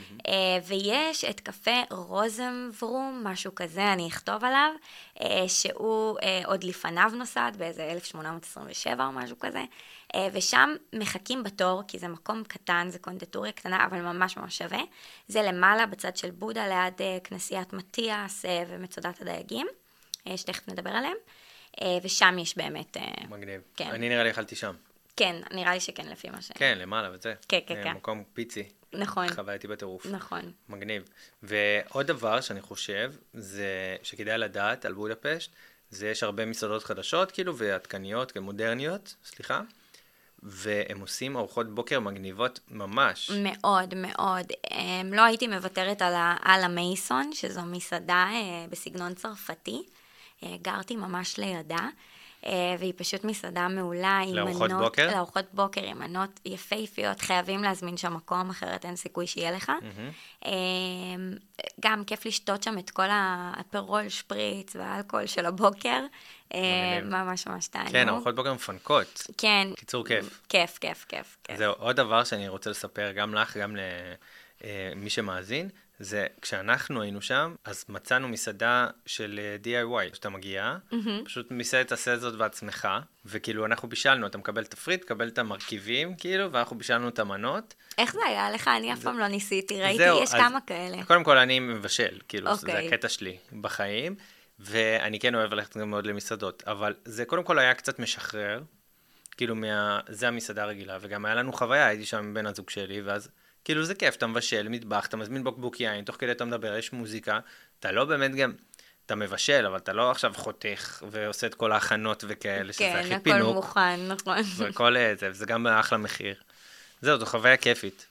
ויש את קפה רוזנברום, משהו כזה, אני אכתוב עליו, שהוא עוד לפניו נוסד, באיזה 1827 או משהו כזה, ושם מחכים בתור, כי זה מקום קטן, זה קונדטוריה קטנה, אבל ממש ממש שווה. זה למעלה בצד של בודה, ליד כנסיית מתיאס ומצודת הדייגים, שתכף נדבר עליהם, ושם יש באמת... מגניב. כן. אני נראה לי אכלתי שם. כן, נראה לי שכן לפי מה כן, למעלה וזה. כן, כן, כן. מקום פיצי. נכון. חווייתי בטירוף. נכון. מגניב. ועוד דבר שאני חושב, זה שכדאי לדעת על בודפשט, זה יש הרבה מסעדות חדשות, כאילו, ועדכניות, מודרניות, סליחה, והם עושים ארוחות בוקר מגניבות ממש. מאוד, מאוד. לא הייתי מוותרת על המייסון, שזו מסעדה בסגנון צרפתי. גרתי ממש לידה, והיא פשוט מסעדה מעולה. לארוחות בוקר? לארוחות בוקר, עם מנות יפהפיות. חייבים להזמין שם מקום, אחרת אין סיכוי שיהיה לך. גם כיף לשתות שם את כל הפרול, שפריץ והאלכוהול של הבוקר. ממש ממש תענוג. כן, ארוחות בוקר מפנקות. כן. קיצור כיף. כיף, כיף, כיף. זהו, עוד דבר שאני רוצה לספר גם לך, גם למי שמאזין, זה כשאנחנו היינו שם, אז מצאנו מסעדה של DIY, שאתה מגיע, פשוט מסעדת תעשה זאת בעצמך, וכאילו אנחנו בישלנו, אתה מקבל תפריט, מקבל את המרכיבים, כאילו, ואנחנו בישלנו את המנות. איך זה היה לך? אני אף פעם לא ניסיתי, ראיתי, זהו, יש כמה כאלה. קודם כל אני מבשל, כאילו, זה אוקיי. הקטע שלי בחיים, ואני כן אוהב ללכת גם מאוד למסעדות, אבל זה קודם כל היה קצת משחרר, כאילו זה המסעדה הרגילה, וגם היה לנו חוויה, הייתי שם עם בן הזוג שלי, ואז כאילו זה כיף, אתה מבשל, מטבח, אתה מזמין בקבוק יין, תוך כדי אתה מדבר, יש מוזיקה, אתה לא באמת גם, אתה מבשל, אבל אתה לא עכשיו חותך ועושה את כל ההכנות וכאלה, שזה הכי פינוק. כן, הכל מוכן, נכון. וכל זה גם אחלה מחיר. זהו, זו חוויה כיפית.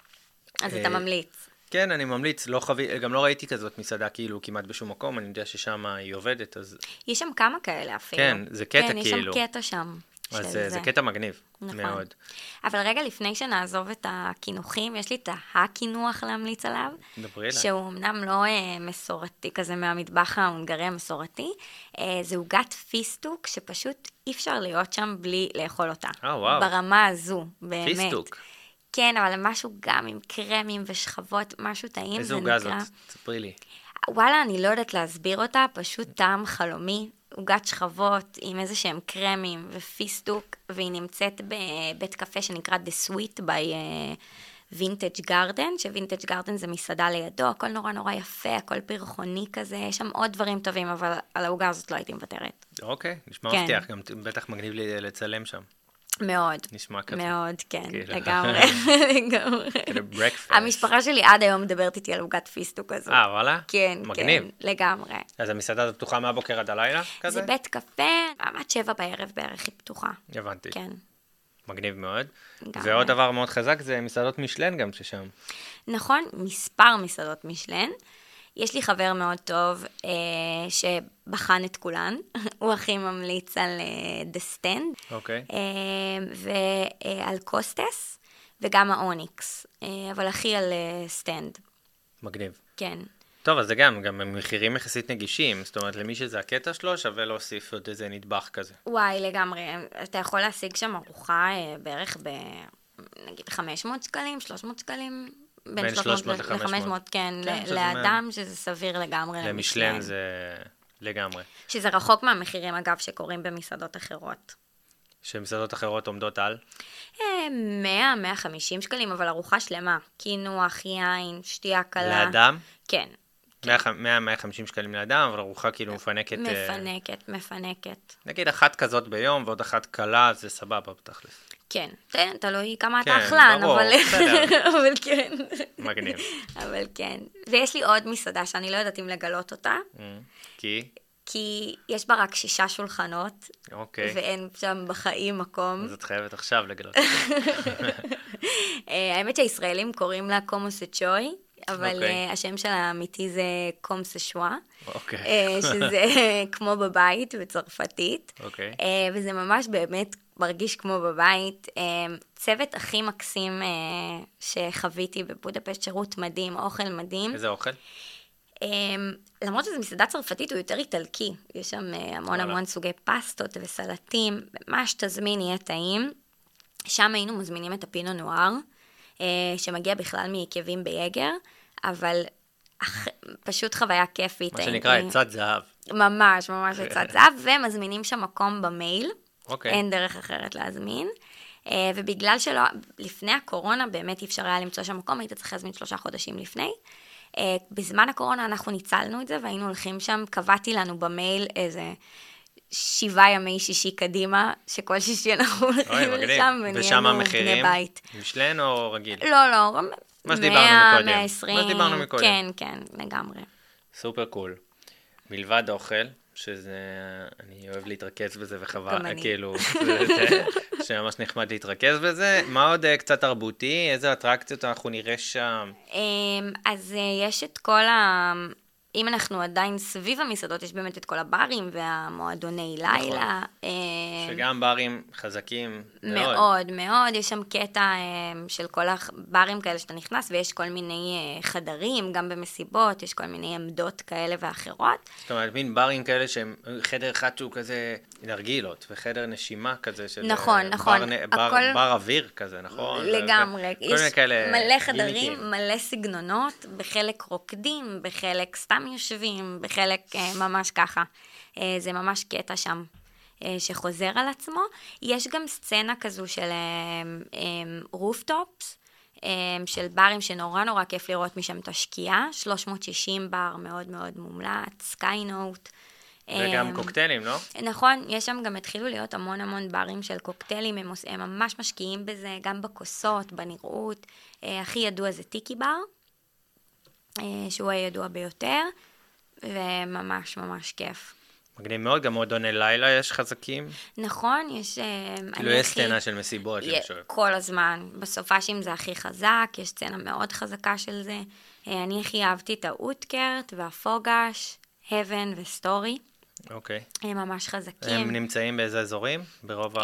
אז אתה ממליץ. כן, אני ממליץ, גם לא ראיתי כזאת מסעדה כאילו כמעט בשום מקום, אני יודע ששם היא עובדת, אז... יש שם כמה כאלה אפילו. כן, זה קטע כאילו. כן, יש שם קטע שם. אז זה קטע מגניב, נכון. מאוד. אבל רגע לפני שנעזוב את הכינוחים, יש לי את הקינוח להמליץ עליו. דברי אליי. שהוא אמנם לא מסורתי, כזה מהמטבח ההונגרי המסורתי, זה עוגת פיסטוק, שפשוט אי אפשר להיות שם בלי לאכול אותה. וואו. ברמה הזו, באמת. פיסטוק. כן, אבל משהו גם עם קרמים ושכבות, משהו טעים. איזה עוגה זאת? תספרי לי. וואלה, אני לא יודעת להסביר אותה, פשוט טעם חלומי, עוגת שכבות עם איזה שהם קרמים ופיסטוק, והיא נמצאת בבית קפה שנקרא The Sweet by Vintage Garden, שווינטג' גארדן זה מסעדה לידו, הכל נורא נורא יפה, הכל פרחוני כזה, יש שם עוד דברים טובים, אבל על העוגה הזאת לא הייתי מוותרת. אוקיי, נשמע כן. מבטיח, גם בטח מגניב לי לצלם שם. מאוד. נשמע כזה. מאוד, כן, כאילו. לגמרי, לגמרי. כאילו ברקפסט. המשפחה שלי עד היום מדברת איתי על עוגת פיסטוק הזו. וואלה? כן, מגניב. כן, לגמרי. אז המסעדה הזאת פתוחה מהבוקר עד הלילה כזה? זה בית קפה, עד 7 בערב בערך היא פתוחה. הבנתי. כן. מגניב מאוד. לגמרי. ועוד דבר מאוד חזק זה מסעדות משלן גם ששם. נכון, מספר מסעדות משלן. יש לי חבר מאוד טוב שבחן את כולן, הוא הכי ממליץ על The Stand, אוקיי. ועל קוסטס, וגם האוניקס, אבל הכי על סטנד. מגניב. כן. טוב, אז זה גם מחירים יחסית נגישים, זאת אומרת, למי שזה הקטע שלו, שווה להוסיף עוד איזה נדבך כזה. וואי, לגמרי, אתה יכול להשיג שם ארוחה בערך נגיד 500 שקלים, 300 שקלים, בין 300 ל-500, כן, כן, לאדם שזה סביר לגמרי. למשלן זה לגמרי. שזה רחוק מהמחירים, אגב, שקורים במסעדות אחרות. שמסעדות אחרות עומדות על? 100-150 שקלים, אבל ארוחה שלמה. קינוח, יין, שתייה קלה. לאדם? כן. 100-150 שקלים לאדם, אבל ארוחה כאילו מפנקת... מפנקת. נגיד אחת כזאת ביום, ועוד אחת קלה, זה סבבה בתכלס. כן, תלוי כמה אתה כן, אכלן, ברור, בסדר. אבל כן. מגניב. אבל כן. ויש לי עוד מסעדה שאני לא יודעת אם לגלות אותה, כי? כי יש בה רק 6 שולחנות, אוקיי. ואין שם בחיים מקום. אז את חייבת עכשיו לגלות. האמת שהישראלים קוראים לה קומוס צ'וי, אבל אוקיי. השם שלה האמיתי זה קומס שואה, אוקיי. שזה כמו בבית בצרפתית, אוקיי. וזה ממש באמת מרגיש כמו בבית. צוות הכי מקסים שחוויתי בבודפשט, שירות מדהים, אוכל מדהים. איזה אוכל? למרות שזו מסעדה צרפתית, הוא יותר איטלקי. יש שם המון סוגי פסטות וסלטים, מה שתזמין יהיה טעים. שם היינו מזמינים את הפינו נואר, שמגיע בכלל מיקבים ביגר, אבל פשוט חוויה כיפית. מה שנקרא עצת זהב. ממש עצת זהב, ומזמינים שם מקום במייל. אוקיי. אין דרך אחרת להזמין. ובגלל שלא, לפני הקורונה באמת אי אפשר היה למצוא שם מקום, היית צריך להזמין 3 חודשים לפני. בזמן הקורונה אנחנו ניצלנו את זה, והיינו הולכים שם, קבעתי לנו במייל איזה 7 ימי שישי קדימה, שכל שישי אנחנו הולכים לשם, ושם ונהיינו המחירים, בני בית. משלן או רגיל? לא, מה שדיברנו מקודם. 120. מה שדיברנו מקודם. כן, לגמרי. סופר קול. מלבד אוכל, שזה, אני אוהב להתרכז בזה וחבל, גם אני. כאילו, שממש נחמד להתרכז בזה. מה עוד קצת תרבותי? איזה אטרקציות אנחנו נראה שם? אז יש את אם אנחנו עדיין סביב המסעדות, יש באמת את כל הברים והמועדוני לילה. שגם ברים חזקים מאוד. מאוד, מאוד. יש שם קטע של כל הברים כאלה שאתה נכנס, ויש כל מיני חדרים, גם במסיבות, יש כל מיני עמדות כאלה ואחרות. זאת אומרת, מין ברים כאלה שהם חדר אחד שהוא כזה נרגילות, וחדר נשימה כזה של... נכון. בר אוויר כזה, נכון? לגמרי. יש מלא חדרים, גימיקים. מלא סגנונות, בחלק רוקדים, בחלק סתם יושבים, בחלק ממש ככה. זה ממש קטע שם שחוזר על עצמו. יש גם סצנה כזו של רופטופס, של ברים שנורא נורא כיף לראות משם את השקיעה, 360 בר מאוד מאוד מומלץ, סקיינוט. וגם קוקטיילים, לא? נכון, יש שם גם התחילו להיות המון ברים של קוקטיילים, הם ממש משקיעים בזה, גם בכוסות, בנראות. הכי ידוע זה טיקי בר, שהוא הידוע ביותר, וממש ממש כיף. מגניב מאוד, גם מועדוני לילה יש חזקים. נכון, יש... כאילו יש סצנה של מסיבות, למשל. כל הזמן. בסופ"שים זה הכי חזק, יש סצנה מאוד חזקה של זה. אני הכי אהבתי את האוטקרט והפוגש, הבן וסטורי. אוקיי. הם ממש חזקים. הם נמצאים באיזה אזורים? ברוב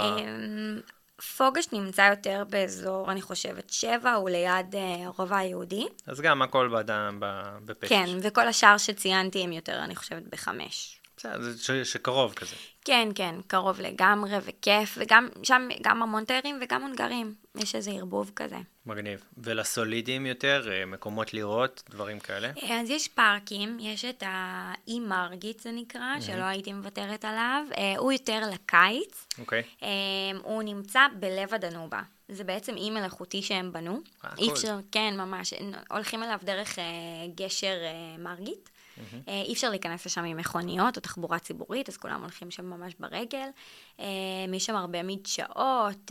פוגש נמצא יותר באזור, אני חושבת, 7, הוא ליד הרובע היהודי. אז גם הכל בפשט. כן, וכל השאר שציינתי הם יותר, אני חושבת, ב5. בסדר, זה שקרוב כזה. כן, קרוב לגמרי וכיף, וגם שם גם המון תיירים וגם הונגרים. יש איזה ערבוב כזה. מגניב. ולסולידים יותר, מקומות לראות, דברים כאלה? אז יש פארקים, יש את האי מרגית זה נקרא, שלא הייתי מוותרת עליו. הוא יותר לקיץ. אוקיי. הוא נמצא בלב הדנובה. זה בעצם אי מלאכותי שהם בנו. אי אפשר, כן, ממש. הולכים אליו דרך גשר מרגית. אי אפשר להיכנס לשם עם מכוניות או תחבורה ציבורית, אז כולם הולכים שם ממש ברגל. יש שם הרבה מדשאות,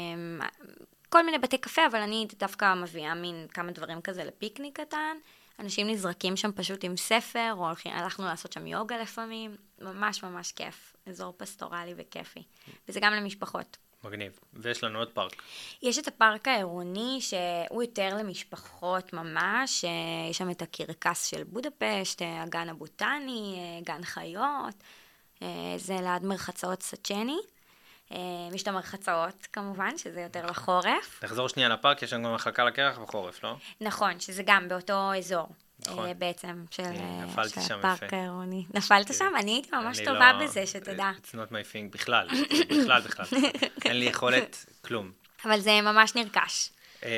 כל מיני בתי קפה, אבל אני דווקא מביאה מין כמה דברים כזה לפיקניק קטן. אנשים נזרקים שם פשוט עם ספר, או הלכנו לעשות שם יוגה לפעמים. ממש ממש כיף. אזור פסטורלי וכיפי. וזה גם למשפחות. מגניב. ויש לנו עוד פארק. יש את הפארק העירוני, שהוא יותר למשפחות ממש. יש שם את הקרקס של בודפשט, הגן הבוטני, גן חיות. זה ליד מרחצאות סצ'ני. יש את המרחצאות כמובן, שזה יותר לחורף. תחזור שנייה לפארק, יש לנו גם מחלקה לקרח בחורף, לא? נכון, שזה גם באותו אזור. נכון. בעצם של הפארק העירוני. נפלת שם? אני הייתי ממש טובה בזה, שתדע. It's not my thing בכלל. אין לי יכולת כלום. אבל זה ממש נרכש.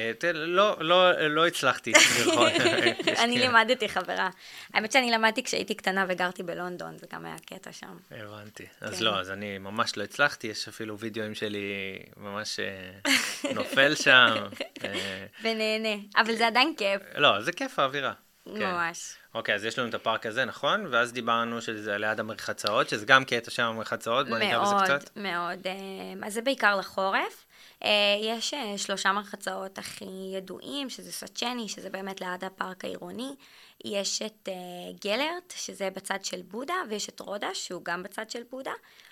לא הצלחתי. אני לימדתי חברה. האמת שאני למדתי כשהייתי קטנה וגרתי בלונדון, זה גם היה קטע שם. הבנתי. אז לא, אז אני ממש לא הצלחתי, יש אפילו וידאוים שלי ממש נופל שם. ונהנה, אבל זה עדיין כיף. לא, זה כיף האווירה. ממש. אוקיי, אז יש לנו את הפארק הזה, נכון? ואז דיברנו שזה ליד המרחצאות, שזה גם קטע שם המרחצאות, בוא ניגע בזה קצת. מאוד, אז זה בעיקר לחורף. יש 3 מרחצאות הכי ידועים, שזה סצ'ני, שזה באמת ליד הפארק העירוני. יש את גלרט, שזה בצד של בודה, ויש את רודה, שהוא גם בצד של בודה.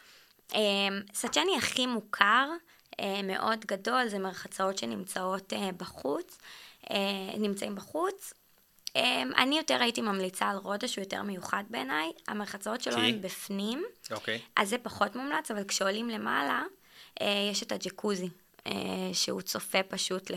סצ'ני הכי מוכר, מאוד גדול, זה מרחצאות שנמצאות בחוץ, נמצאים בחוץ. אני יותר הייתי ממליצה על רודה, שהוא יותר מיוחד בעיניי. המרחצות שלו הן בפנים, אז זה פחות מומלץ, אבל כשעולים למעלה, יש את הג'קוזי, שהוא צופה פשוט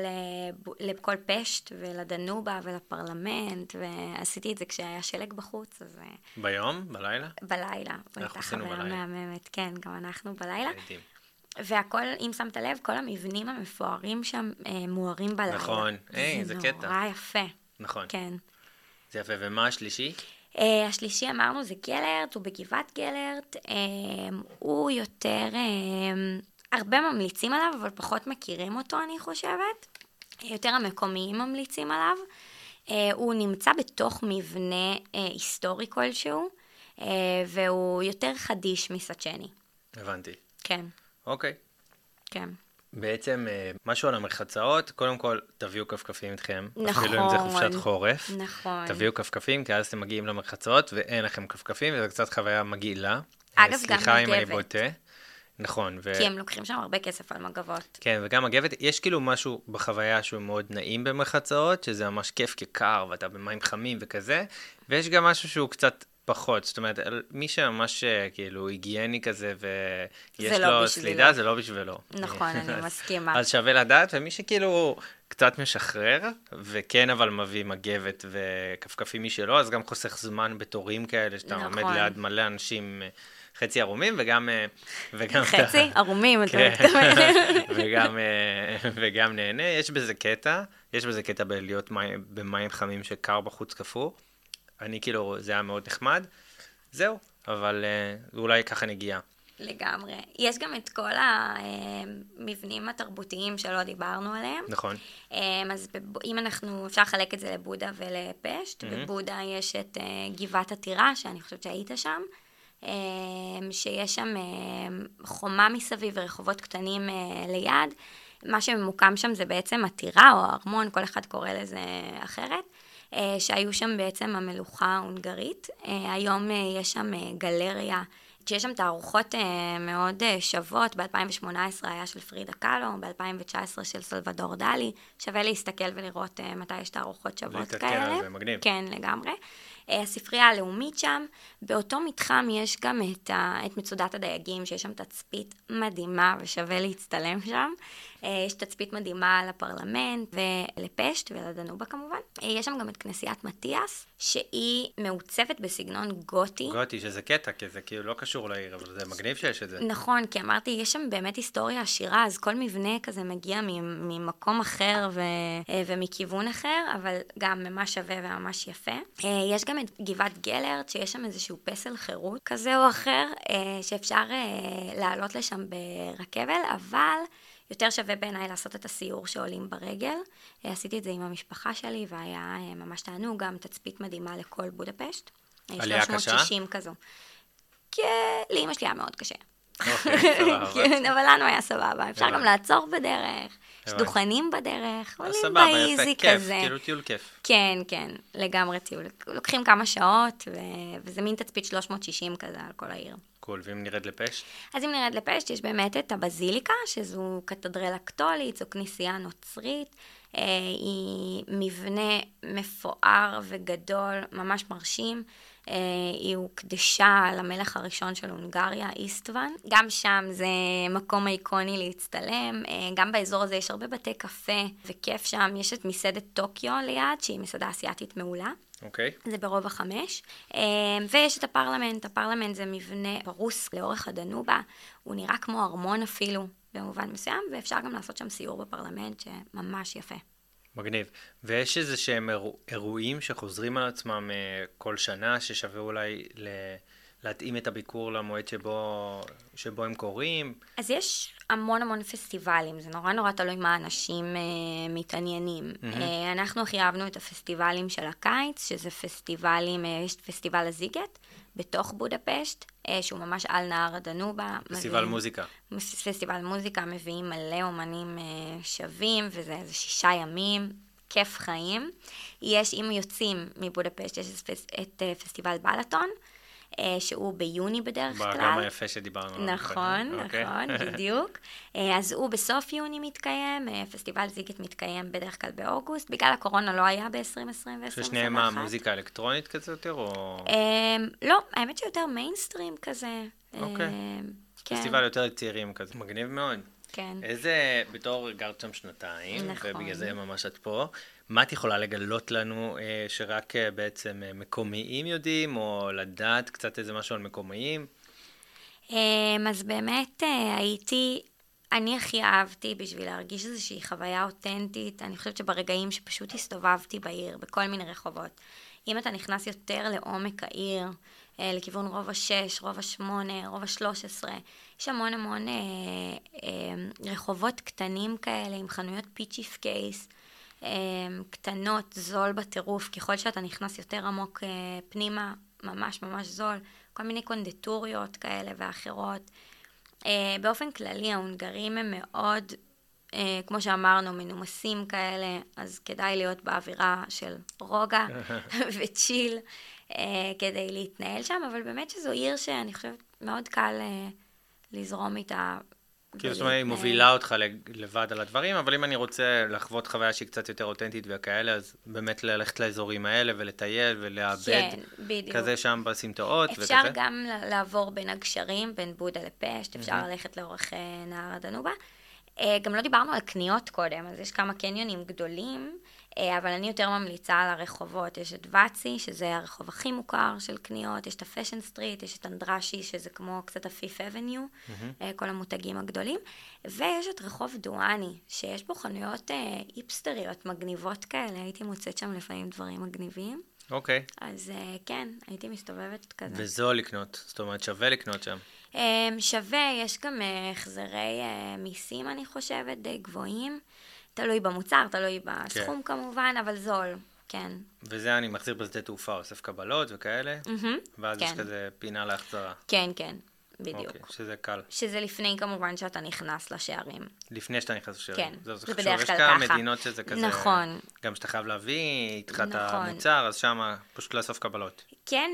לכל פשט, ולדנובה ולפרלמנט, ועשיתי את זה כשהיה שלג בחוץ. אז... ביום? בלילה? בלילה. אנחנו עשינו בלילה. מהממת, כן, גם אנחנו בלילה. והכל, אם שמת לב, כל המבנים המפוארים שם מוארים בלילה. נכון, זה קטע. זה נורא יפה. נכון. כן. זה יפה, ומה השלישי? השלישי אמרנו זה גלרט, הוא בגבעת גלרט, הוא יותר, הרבה ממליצים עליו, אבל פחות מכירים אותו אני חושבת, יותר המקומיים ממליצים עליו, הוא נמצא בתוך מבנה היסטורי כלשהו, והוא יותר חדיש מסצ'ני. הבנתי. כן. אוקיי. כן. בעצם משהו על המרחצאות, קודם כל תביאו כפכפים איתכם. נכון. אפילו אם זה חופשת חורף. נכון. תביאו כפכפים, כי אז אתם מגיעים למרחצאות ואין לכם כפכפים, וזה קצת חוויה מגעילה. אגב, גם סליחה אם אני מגבת. בוטה. נכון. כי הם לוקחים שם הרבה כסף על מגבות. כן, וגם מגבת, יש כאילו משהו בחוויה שהוא מאוד נעים במרחצאות, שזה ממש כיף כקר, ואתה במים חמים וכזה, ויש גם משהו שהוא קצת פחות, זאת אומרת, מי שממש כאילו היגייני כזה, ויש לא לו בשבילו. סלידה, זה לא בשבילו. נכון, אני מסכימה. אז שווה לדעת, ומי שכאילו קצת משחרר, וכן אבל מביא מגבת וכפכפים משלו, אז גם חוסך זמן בתורים כאלה, שאתה עומד ליד מלא אנשים חצי ערומים, וגם חצי ערומים, אתה כן. מתכוון. וגם נהנה, יש בזה קטע בלהיות במים חמים שקר בחוץ קפוא. אני כאילו, זה היה מאוד נחמד. זהו, אבל אולי ככה נגיע. לגמרי. יש גם את כל המבנים התרבותיים שלא דיברנו עליהם. נכון. אז אם אפשר לחלק את זה לבודה ולפשט, בבודה יש את גבעת הטירה, שאני חושבת שהיית שם, שיש שם חומה מסביב ורחובות קטנים ליד. מה שממוקם שם זה בעצם הטירה או הארמון, כל אחד קורא לזה אחרת, שהיו שם בעצם המלוכה ההונגרית. היום יש שם גלריה, שיש שם תערוכות מאוד שוות. ב-2018 היה של פרידה קאלו, ב-2019 של סלבדור דלי. שווה להסתכל ולראות מתי יש תערוכות שוות כאלה. זה מגניב. כן, לגמרי. הספרייה הלאומית שם, באותו מתחם יש גם את מצודת הדייגים, שיש שם תצפית מדהימה ושווה להצטלם שם. יש תצפית מדהימה לפרלמנט ולפשט ולדנובה כמובן. יש שם גם את כנסיית מתיאס, שהיא מעוצבת בסגנון גותי. גותי, שזה קטע, כי זה כאילו לא קשור לעיר, אבל זה מגניב שיש את זה. נכון, כי אמרתי, יש שם באמת היסטוריה עשירה, אז כל מבנה כזה מגיע ממקום אחר ומכיוון אחר, אבל גם ממש שווה וממש יפה. יש גם את גבעת גלרט, שיש שם איזשהו פסל חירות כזה או אחר, שאפשר לעלות לשם ברכבל, אבל יותר שווה בעיניי לעשות את הסיור שעולים ברגל. עשיתי את זה עם המשפחה שלי, והיה ממש תענוג, גם תצפית מדהימה לכל בודפשט. עלייה קשה? 360 כזו. כן, לאמא שלי היה מאוד קשה. אוקיי, סבבה. אבל לנו היה סבבה. אפשר גם לעצור בדרך, יש דוכנים בדרך, עולים סבבה, באיזי יפה, כזה. כיף, כאילו טיול כיף. כן, כן, לגמרי טיול. לוקחים כמה שעות, וזה מין תצפית 360 כזה על כל העיר. קול, ואם נרד לפשט? אז אם נרד לפשט, יש באמת את הבזיליקה, שזו קתדרלה קתולית, זו כנסייה נוצרית. היא מבנה מפואר וגדול, ממש מרשים. היא הוקדשה למלך הראשון של הונגריה, איסטוון. גם שם זה מקום איקוני להצטלם. גם באזור הזה יש הרבה בתי קפה וכיף שם. יש את מסעדת טוקיו ליד, שהיא מסעדה אסיאתית מעולה. אוקיי. זה ברובע 5. ויש את הפרלמנט. הפרלמנט זה מבנה פרוס לאורך הדנובה. הוא נראה כמו ארמון אפילו, במובן מסוים, ואפשר גם לעשות שם סיור בפרלמנט שממש יפה. מגניב. ויש איזה שהם אירועים שחוזרים על עצמם כל שנה, ששווה אולי להתאים את הביקור למועד שבו הם קוראים? אז יש המון פסטיבלים, זה נורא תלוי מה אנשים מתעניינים. אנחנו הכי אהבנו את הפסטיבלים של הקיץ, שזה פסטיבלים, יש פסטיבל הזיגט, בתוך בודפשט, שהוא ממש על נהר הדנובה. פסטיבל מוזיקה. פסטיבל מוזיקה, מביאים מלא אומנים שווים, וזה איזה 6 ימים, כיף חיים. יש, אם יוצאים מבודפשט, יש את פסטיבל בלטון, שהוא ביוני בדרך כלל. גם היפה שדיברנו. נכון, בדיוק. אז הוא בסוף יוני מתקיים, פסטיבל זיגט מתקיים בדרך כלל באוגוסט, בגלל הקורונה לא היה ב-2020 ו-2021. ששניהם מה, מוזיקה אלקטרונית כזה יותר, או? לא, האמת שיותר מיינסטרים כזה. אוקיי. פסטיבל יותר צעירים כזה. מגניב מאוד. כן. איזה, בתור גרת שם 2 נכון. ובגלל זה ממש את פה, מה את יכולה לגלות לנו שרק בעצם מקומיים יודעים, או לדעת קצת איזה משהו על מקומיים? אז באמת אני הכי אהבתי בשביל להרגיש איזושהי חוויה אותנטית, אני חושבת שברגעים שפשוט הסתובבתי בעיר, בכל מיני רחובות, אם אתה נכנס יותר לעומק העיר, לכיוון רובע 6, רובע 8, רובע 13, יש המון רחובות קטנים כאלה עם חנויות פיצ'יף קייס, קטנות, זול בטירוף, ככל שאתה נכנס יותר עמוק פנימה, ממש ממש זול, כל מיני קונדיטוריות כאלה ואחרות. באופן כללי, ההונגרים הם מאוד, כמו שאמרנו, מנומסים כאלה, אז כדאי להיות באווירה של רוגע וצ'יל, כדי להתנהל שם, אבל באמת שזו עיר שאני חושבת מאוד קל לזרום איתה. כאילו, זאת אומרת, היא מובילה אותך לבד על הדברים, אבל אם אני רוצה לחוות חוויה שהיא קצת יותר אותנטית וכאלה, אז באמת ללכת לאזורים האלה ולטייל ולאבד כזה שם בסמטאות וכזה. אפשר גם לעבור בין הגשרים, בין בודה לפשט, אפשר ללכת לאורך נהר הדנובה. גם לא דיברנו על קניות קודם, אז יש כמה קניונים גדולים, אבל אני יותר ממליצה על הרחובות. יש את ואצי, שזה הרחוב הכי מוכר של קניות, יש את הפשן סטריט, יש את אנדרשי, שזה כמו קצת הפיף אבניו, כל המותגים הגדולים, ויש את רחוב דואני, שיש בו חנויות היפסטריות מגניבות כאלה, הייתי מוצאת שם לפעמים דברים מגניבים. אוקיי. אז כן, הייתי מסתובבת כזה. וזול לקנות, זאת אומרת שווה לקנות שם. שווה, יש גם החזרי מיסים, אני חושבת, די גבוהים. תלוי במוצר, תלוי בסכום כמובן, אבל זול, כן. וזה אני מחזיר בשדה תעופה, אוסף קבלות וכאלה, ואז יש כזה פינה להחזרה. כן, כן, בדיוק. אוקיי, שזה קל. שזה לפני כמובן שאתה נכנס לשערים. לפני שאתה נכנס לשערים. כן, זה בדרך כלל ככה. יש ככה. כמה מדינות שזה כזה, נכון. גם שאתה חייב להביא איתך את המוצר, אז שם פשוט לאסוף קבלות. כן,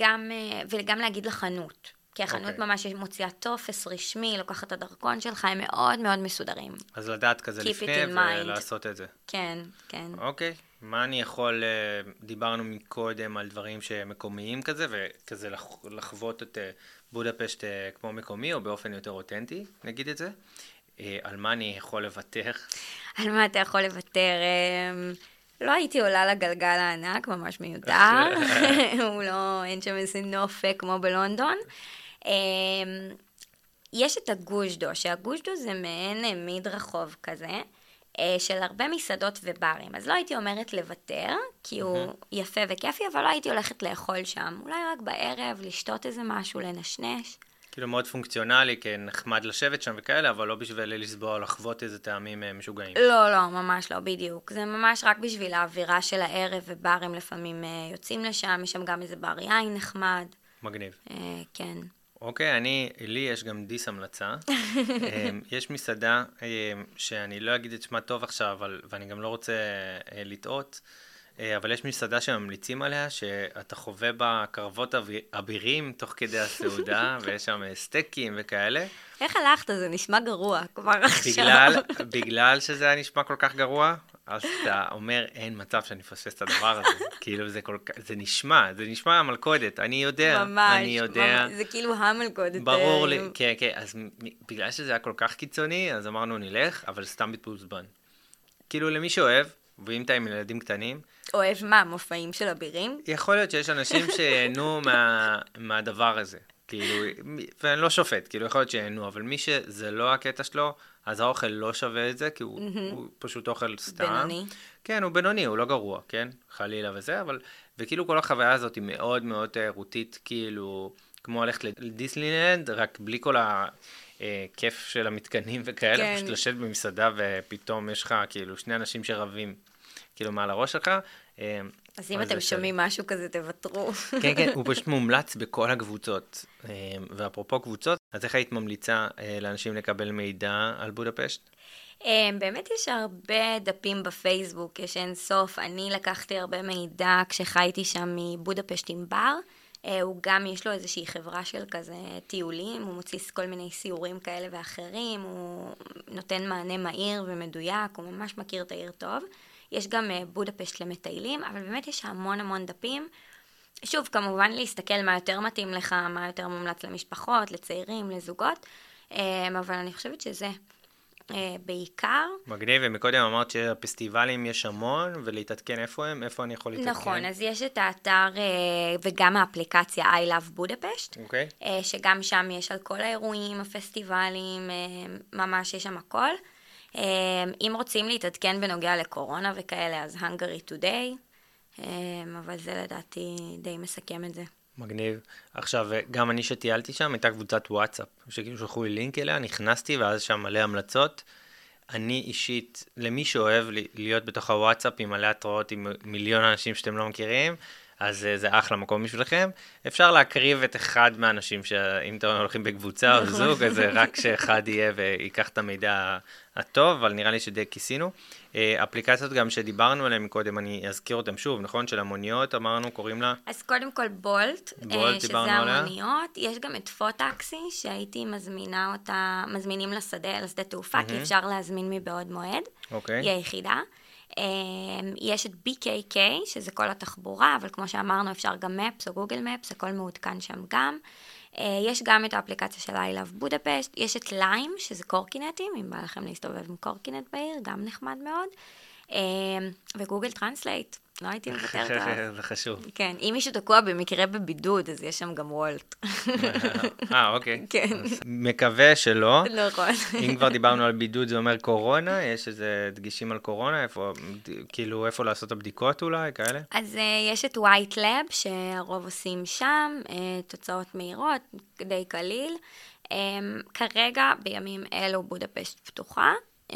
וגם להגיד לחנות. כי החנות ממש מוציאה טופס רשמי, לוקחת את הדרכון שלך, הם מאוד מאוד מסודרים. אז לדעת כזה לפני ולעשות את זה. כן, כן. אוקיי. מה אני יכול, דיברנו מקודם על דברים שמקומיים כזה, וכזה לחוות את בודפשט כמו מקומי, או באופן יותר אותנטי, נגיד את זה. על מה אני יכול לוותר? על מה אתה יכול לוותר? לא הייתי עולה לגלגל הענק, ממש מיותר. אין שם איזה נופק כמו בלונדון. יש את הגושדו, שהגושדו זה מעין מדרחוב כזה, של הרבה מסעדות וברים. אז לא הייתי אומרת לוותר, כי הוא יפה וכיפי, אבל לא הייתי הולכת לאכול שם. אולי רק בערב, לשתות איזה משהו, לנשנש. כאילו מאוד פונקציונלי, כי נחמד לשבת שם וכאלה, אבל לא בשביל לסבוע, לחוות איזה טעמים משוגעים. לא, לא, ממש לא, בדיוק. זה ממש רק בשביל האווירה של הערב, וברים לפעמים יוצאים לשם, יש שם גם איזה בר יין נחמד. מגניב. כן. אוקיי, לי יש גם דיס המלצה. יש מסעדה שאני לא אגיד את שמה טוב עכשיו, ואני גם לא רוצה לטעות, אבל יש מסעדה שממליצים עליה, שאתה חווה בה קרבות אבירים תוך כדי הסעודה, ויש שם סטייקים וכאלה. איך הלכת? זה נשמע גרוע כבר עכשיו. בגלל שזה היה נשמע כל כך גרוע, אז אתה אומר, אין מצב שאני אפספס את הדבר הזה. כאילו זה נשמע מלכודת, אני יודע. ממש, זה כאילו המלכודת. ברור לי, כן, אז בגלל שזה היה כל כך קיצוני, אז אמרנו נלך, אבל סתם בזבז. כאילו למי שאוהב, ואם אתה עם ילדים קטנים. אוהב מה? מופעים של אבירים? יכול להיות שיש אנשים שיהנו מהדבר הזה. כאילו, ואני לא שופט, כאילו יכול להיות שיהנו, אבל מי שזה לא הקטע שלו, אז האוכל לא שווה את זה, כי הוא פשוט אוכל סתם. בינוני. כן, הוא בינוני, הוא לא גרוע, כן? חלילה וזה, אבל, וכאילו כל החוויה הזאת היא מאוד מאוד תיירותית, כאילו, כמו ללכת לדיסנילנד, רק בלי כל הכיף של המתקנים וכאלה, פשוט לשבת במסעדה ופתאום יש לך כאילו שני אנשים שרבים, כאילו מעל הראש שלך. אז אם אתם שומעים משהו כזה, תוותרו. כן, כן, הוא פשוט מומלץ בכל הקבוצות. ואפרופו קבוצות, אז איך היית ממליצה לאנשים לקבל מידע על בודפשט? באמת יש הרבה דפים בפייסבוק, יש אין סוף. אני לקחתי הרבה מידע כשחייתי שם מבודפשט עם בר. הוא גם יש לו איזושהי חברה של כזה טיולים, הוא מוציא כל מיני סיורים כאלה ואחרים, הוא נותן מענה מהיר ומדויק, הוא ממש מכיר את העיר טוב. יש גם בודפשט למטיילים, אבל באמת יש המון דפים. שוב, כמובן להסתכל מה יותר מתאים לך, מה יותר מומלץ למשפחות, לצעירים, לזוגות, אבל אני חושבת שזה בעיקר. מגניב, ומקודם אמרת שהפסטיבלים יש המון, ולהתעדכן איפה אני יכול להתעדכן? נכון, אז יש את האתר וגם האפליקציה I Love Budapest, שגם שם יש על כל האירועים, הפסטיבלים, ממש יש שם הכל. אם רוצים להתעדכן בנוגע לקורונה וכאלה, אז Hungary Today, אבל זה לדעתי די מסכם את זה. מגניב. עכשיו, גם אני שטיילתי שם, הייתה קבוצת וואטסאפ, שכאילו שלחו לי לינק אליה, נכנסתי, ואז שם מלא המלצות, אני אישית, למי שאוהב להיות בתוך הוואטסאפ עם מלא התראות עם מיליון אנשים שאתם לא מכירים, אז זה אחלה מקום בשבילכם. אפשר להקריב את אחד מהאנשים, שאם אתם הולכים בקבוצה או זוג, אז רק שאחד יהיה ויקח את המידע הטוב, אבל נראה לי שדי כיסינו. אפליקציות גם שדיברנו עליהן קודם, אני אזכיר אותם שוב, נכון? של המוניות, אמרנו, קוראים לה? אז קודם כל בולט, שזה המוניות. יש גם את פוטאקסי, שהייתי מזמינים לשדה תעופה, כי אפשר להזמין מבעוד מועד. היא היחידה. יש את BKK, שזה כל התחבורה, אבל כמו שאמרנו, אפשר גם מפס או גוגל מפס, הכל מעודכן שם גם. יש גם את האפליקציה של I Love Budapest, יש את ליים, שזה קורקינטים, אם בא לכם להסתובב עם קורקינט בעיר, גם נחמד מאוד. וגוגל טרנסלייט, לא הייתי מוותר טוב. זה חשוב. כן, אם מישהו תקוע במקרה בבידוד, אז יש שם גם וולט. אוקיי. כן. מקווה שלא. נכון. אם כבר דיברנו על בידוד, זה אומר קורונה, יש איזה דגישים על קורונה, איפה לעשות הבדיקות אולי, כאלה? אז יש את White Lab, שהרוב עושים שם, תוצאות מהירות, די קליל. כרגע, בימים אלו, בודפשט פתוחה.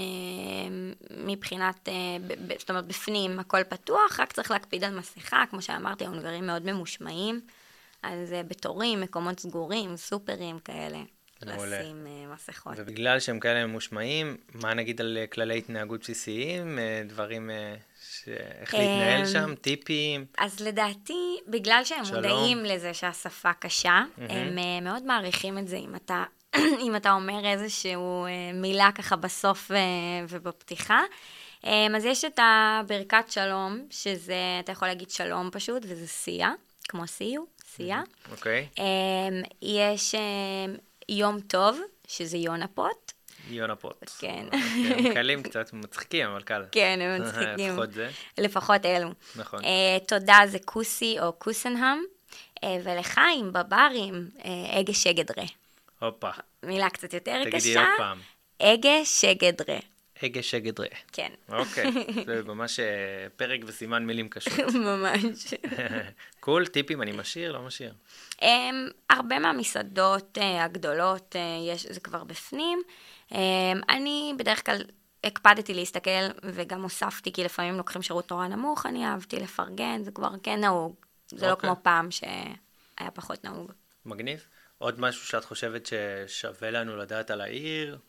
מבחינת, זאת אומרת, בפנים הכל פתוח, רק צריך להקפיד על מסכה, כמו שאמרתי, ההונגרים מאוד ממושמעים, אז בתורים, מקומות סגורים, סופרים כאלה, לשים מסכות. ובגלל שהם כאלה ממושמעים, מה נגיד על כללי התנהגות בסיסיים, דברים איך להתנהל שם, טיפים? אז לדעתי, בגלל שהם מודעים לזה שהשפה קשה, הם מאוד מעריכים את זה אם אתה אומר איזשהו מילה ככה בסוף ובפתיחה. אז יש את הברכת שלום, שזה, אתה יכול להגיד שלום פשוט, וזה סיה, כמו סיו, סיה. אוקיי. יש יום טוב, שזה יונפות. יונפות. כן. הם קלים קצת, מצחיקים, אבל קל. כן, הם מצחיקים. לפחות זה. לפחות אלו. נכון. תודה זה כוסי או כוסנהם, ולחיים בברים, אגה שגדרה. הופה. מילה קצת יותר קשה. תגידי עוד פעם. אגה שגדרה. אגה שגדרה. כן. אוקיי. זה ממש פרק וסימן מילים קשות. ממש. קול, טיפים, אני משאיר, לא משאיר. הרבה מהמסעדות הגדולות, זה כבר בפנים. אני בדרך כלל הקפדתי להסתכל וגם הוספתי, כי לפעמים לוקחים שירות נורא נמוך, אני אהבתי לפרגן, זה כבר כן נהוג. זה לא כמו פעם שהיה פחות נהוג. מגניב. עוד משהו שאת חושבת ששווה לנו לדעת על העיר?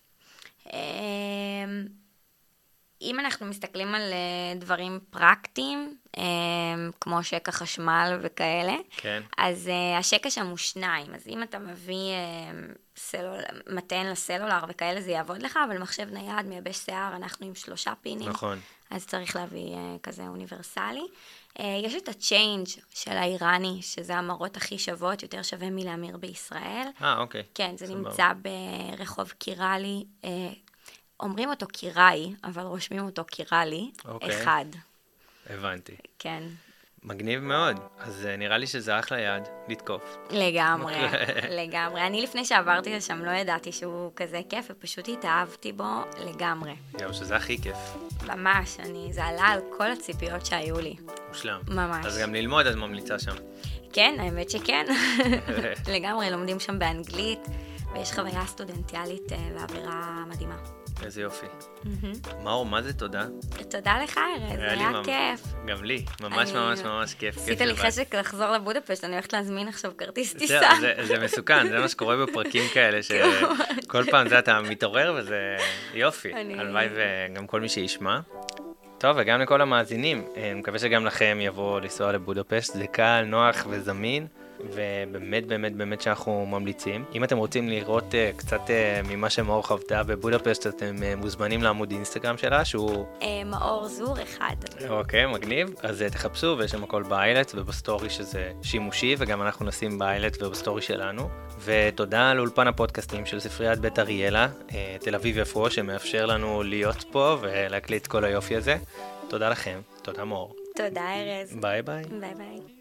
אם אנחנו מסתכלים על דברים פרקטיים, כמו שקע חשמל וכאלה, כן. אז השקע שם הוא 2, אז אם אתה מביא מתן לסלולר וכאלה זה יעבוד לך, אבל מחשב נייד, מייבש שיער, אנחנו עם 3 פינים. נכון. אז צריך להביא כזה אוניברסלי. יש את הצ'יינג' של האיראני, שזה המרות הכי שוות, יותר שווה מלהמיר בישראל. אוקיי. כן, זה נמצא ברחוב קיראלי, אומרים אותו קיראי, אבל רושמים אותו קיראלי, 1. הבנתי. כן. מגניב מאוד, אז נראה לי שזה אחלה יעד, לתקוף. לגמרי, לגמרי. אני לפני שעברתי לשם לא ידעתי שהוא כזה כיף, ופשוט התאהבתי בו לגמרי. יאו, שזה הכי כיף. ממש, זה עלה על כל הציפיות שהיו לי. מושלם. ממש. אז גם ללמוד, אז ממליצה שם. כן, האמת שכן. לגמרי, לומדים שם באנגלית, ויש חוויה סטודנטיאלית ואווירה מדהימה. איזה יופי. מאור, מה זה תודה? תודה לך, ארז, זה היה כיף. גם לי, ממש ממש ממש כיף. עשית לי חשק לחזור לבודפשט, אני הולכת להזמין עכשיו כרטיס טיסה. זה מסוכן, זה מה שקורה בפרקים כאלה, שכל פעם אתה מתעורר וזה יופי. הלוואי וגם כל מי שישמע. טוב, וגם לכל המאזינים, אני מקווה שגם לכם יבוא לנסוע לבודפשט, זה קל, נוח וזמין. ובאמת באמת באמת שאנחנו ממליצים. אם אתם רוצים לראות קצת ממה שמאור חוותה בבודפשט, אתם מוזמנים לעמוד אינסטגרם שלה, שהוא... מאור זור 1. אוקיי, מגניב. אז תחפשו, ויש שם הכל באיילט ובסטורי שזה שימושי, וגם אנחנו נשים באיילט ובסטורי שלנו. ותודה לאולפן הפודקאסטים של ספריית בית אריאלה, תל אביב יפו, שמאפשר לנו להיות פה ולהקליט כל היופי הזה. תודה לכם, תודה מאור. תודה ארז. ביי ביי. ביי ביי.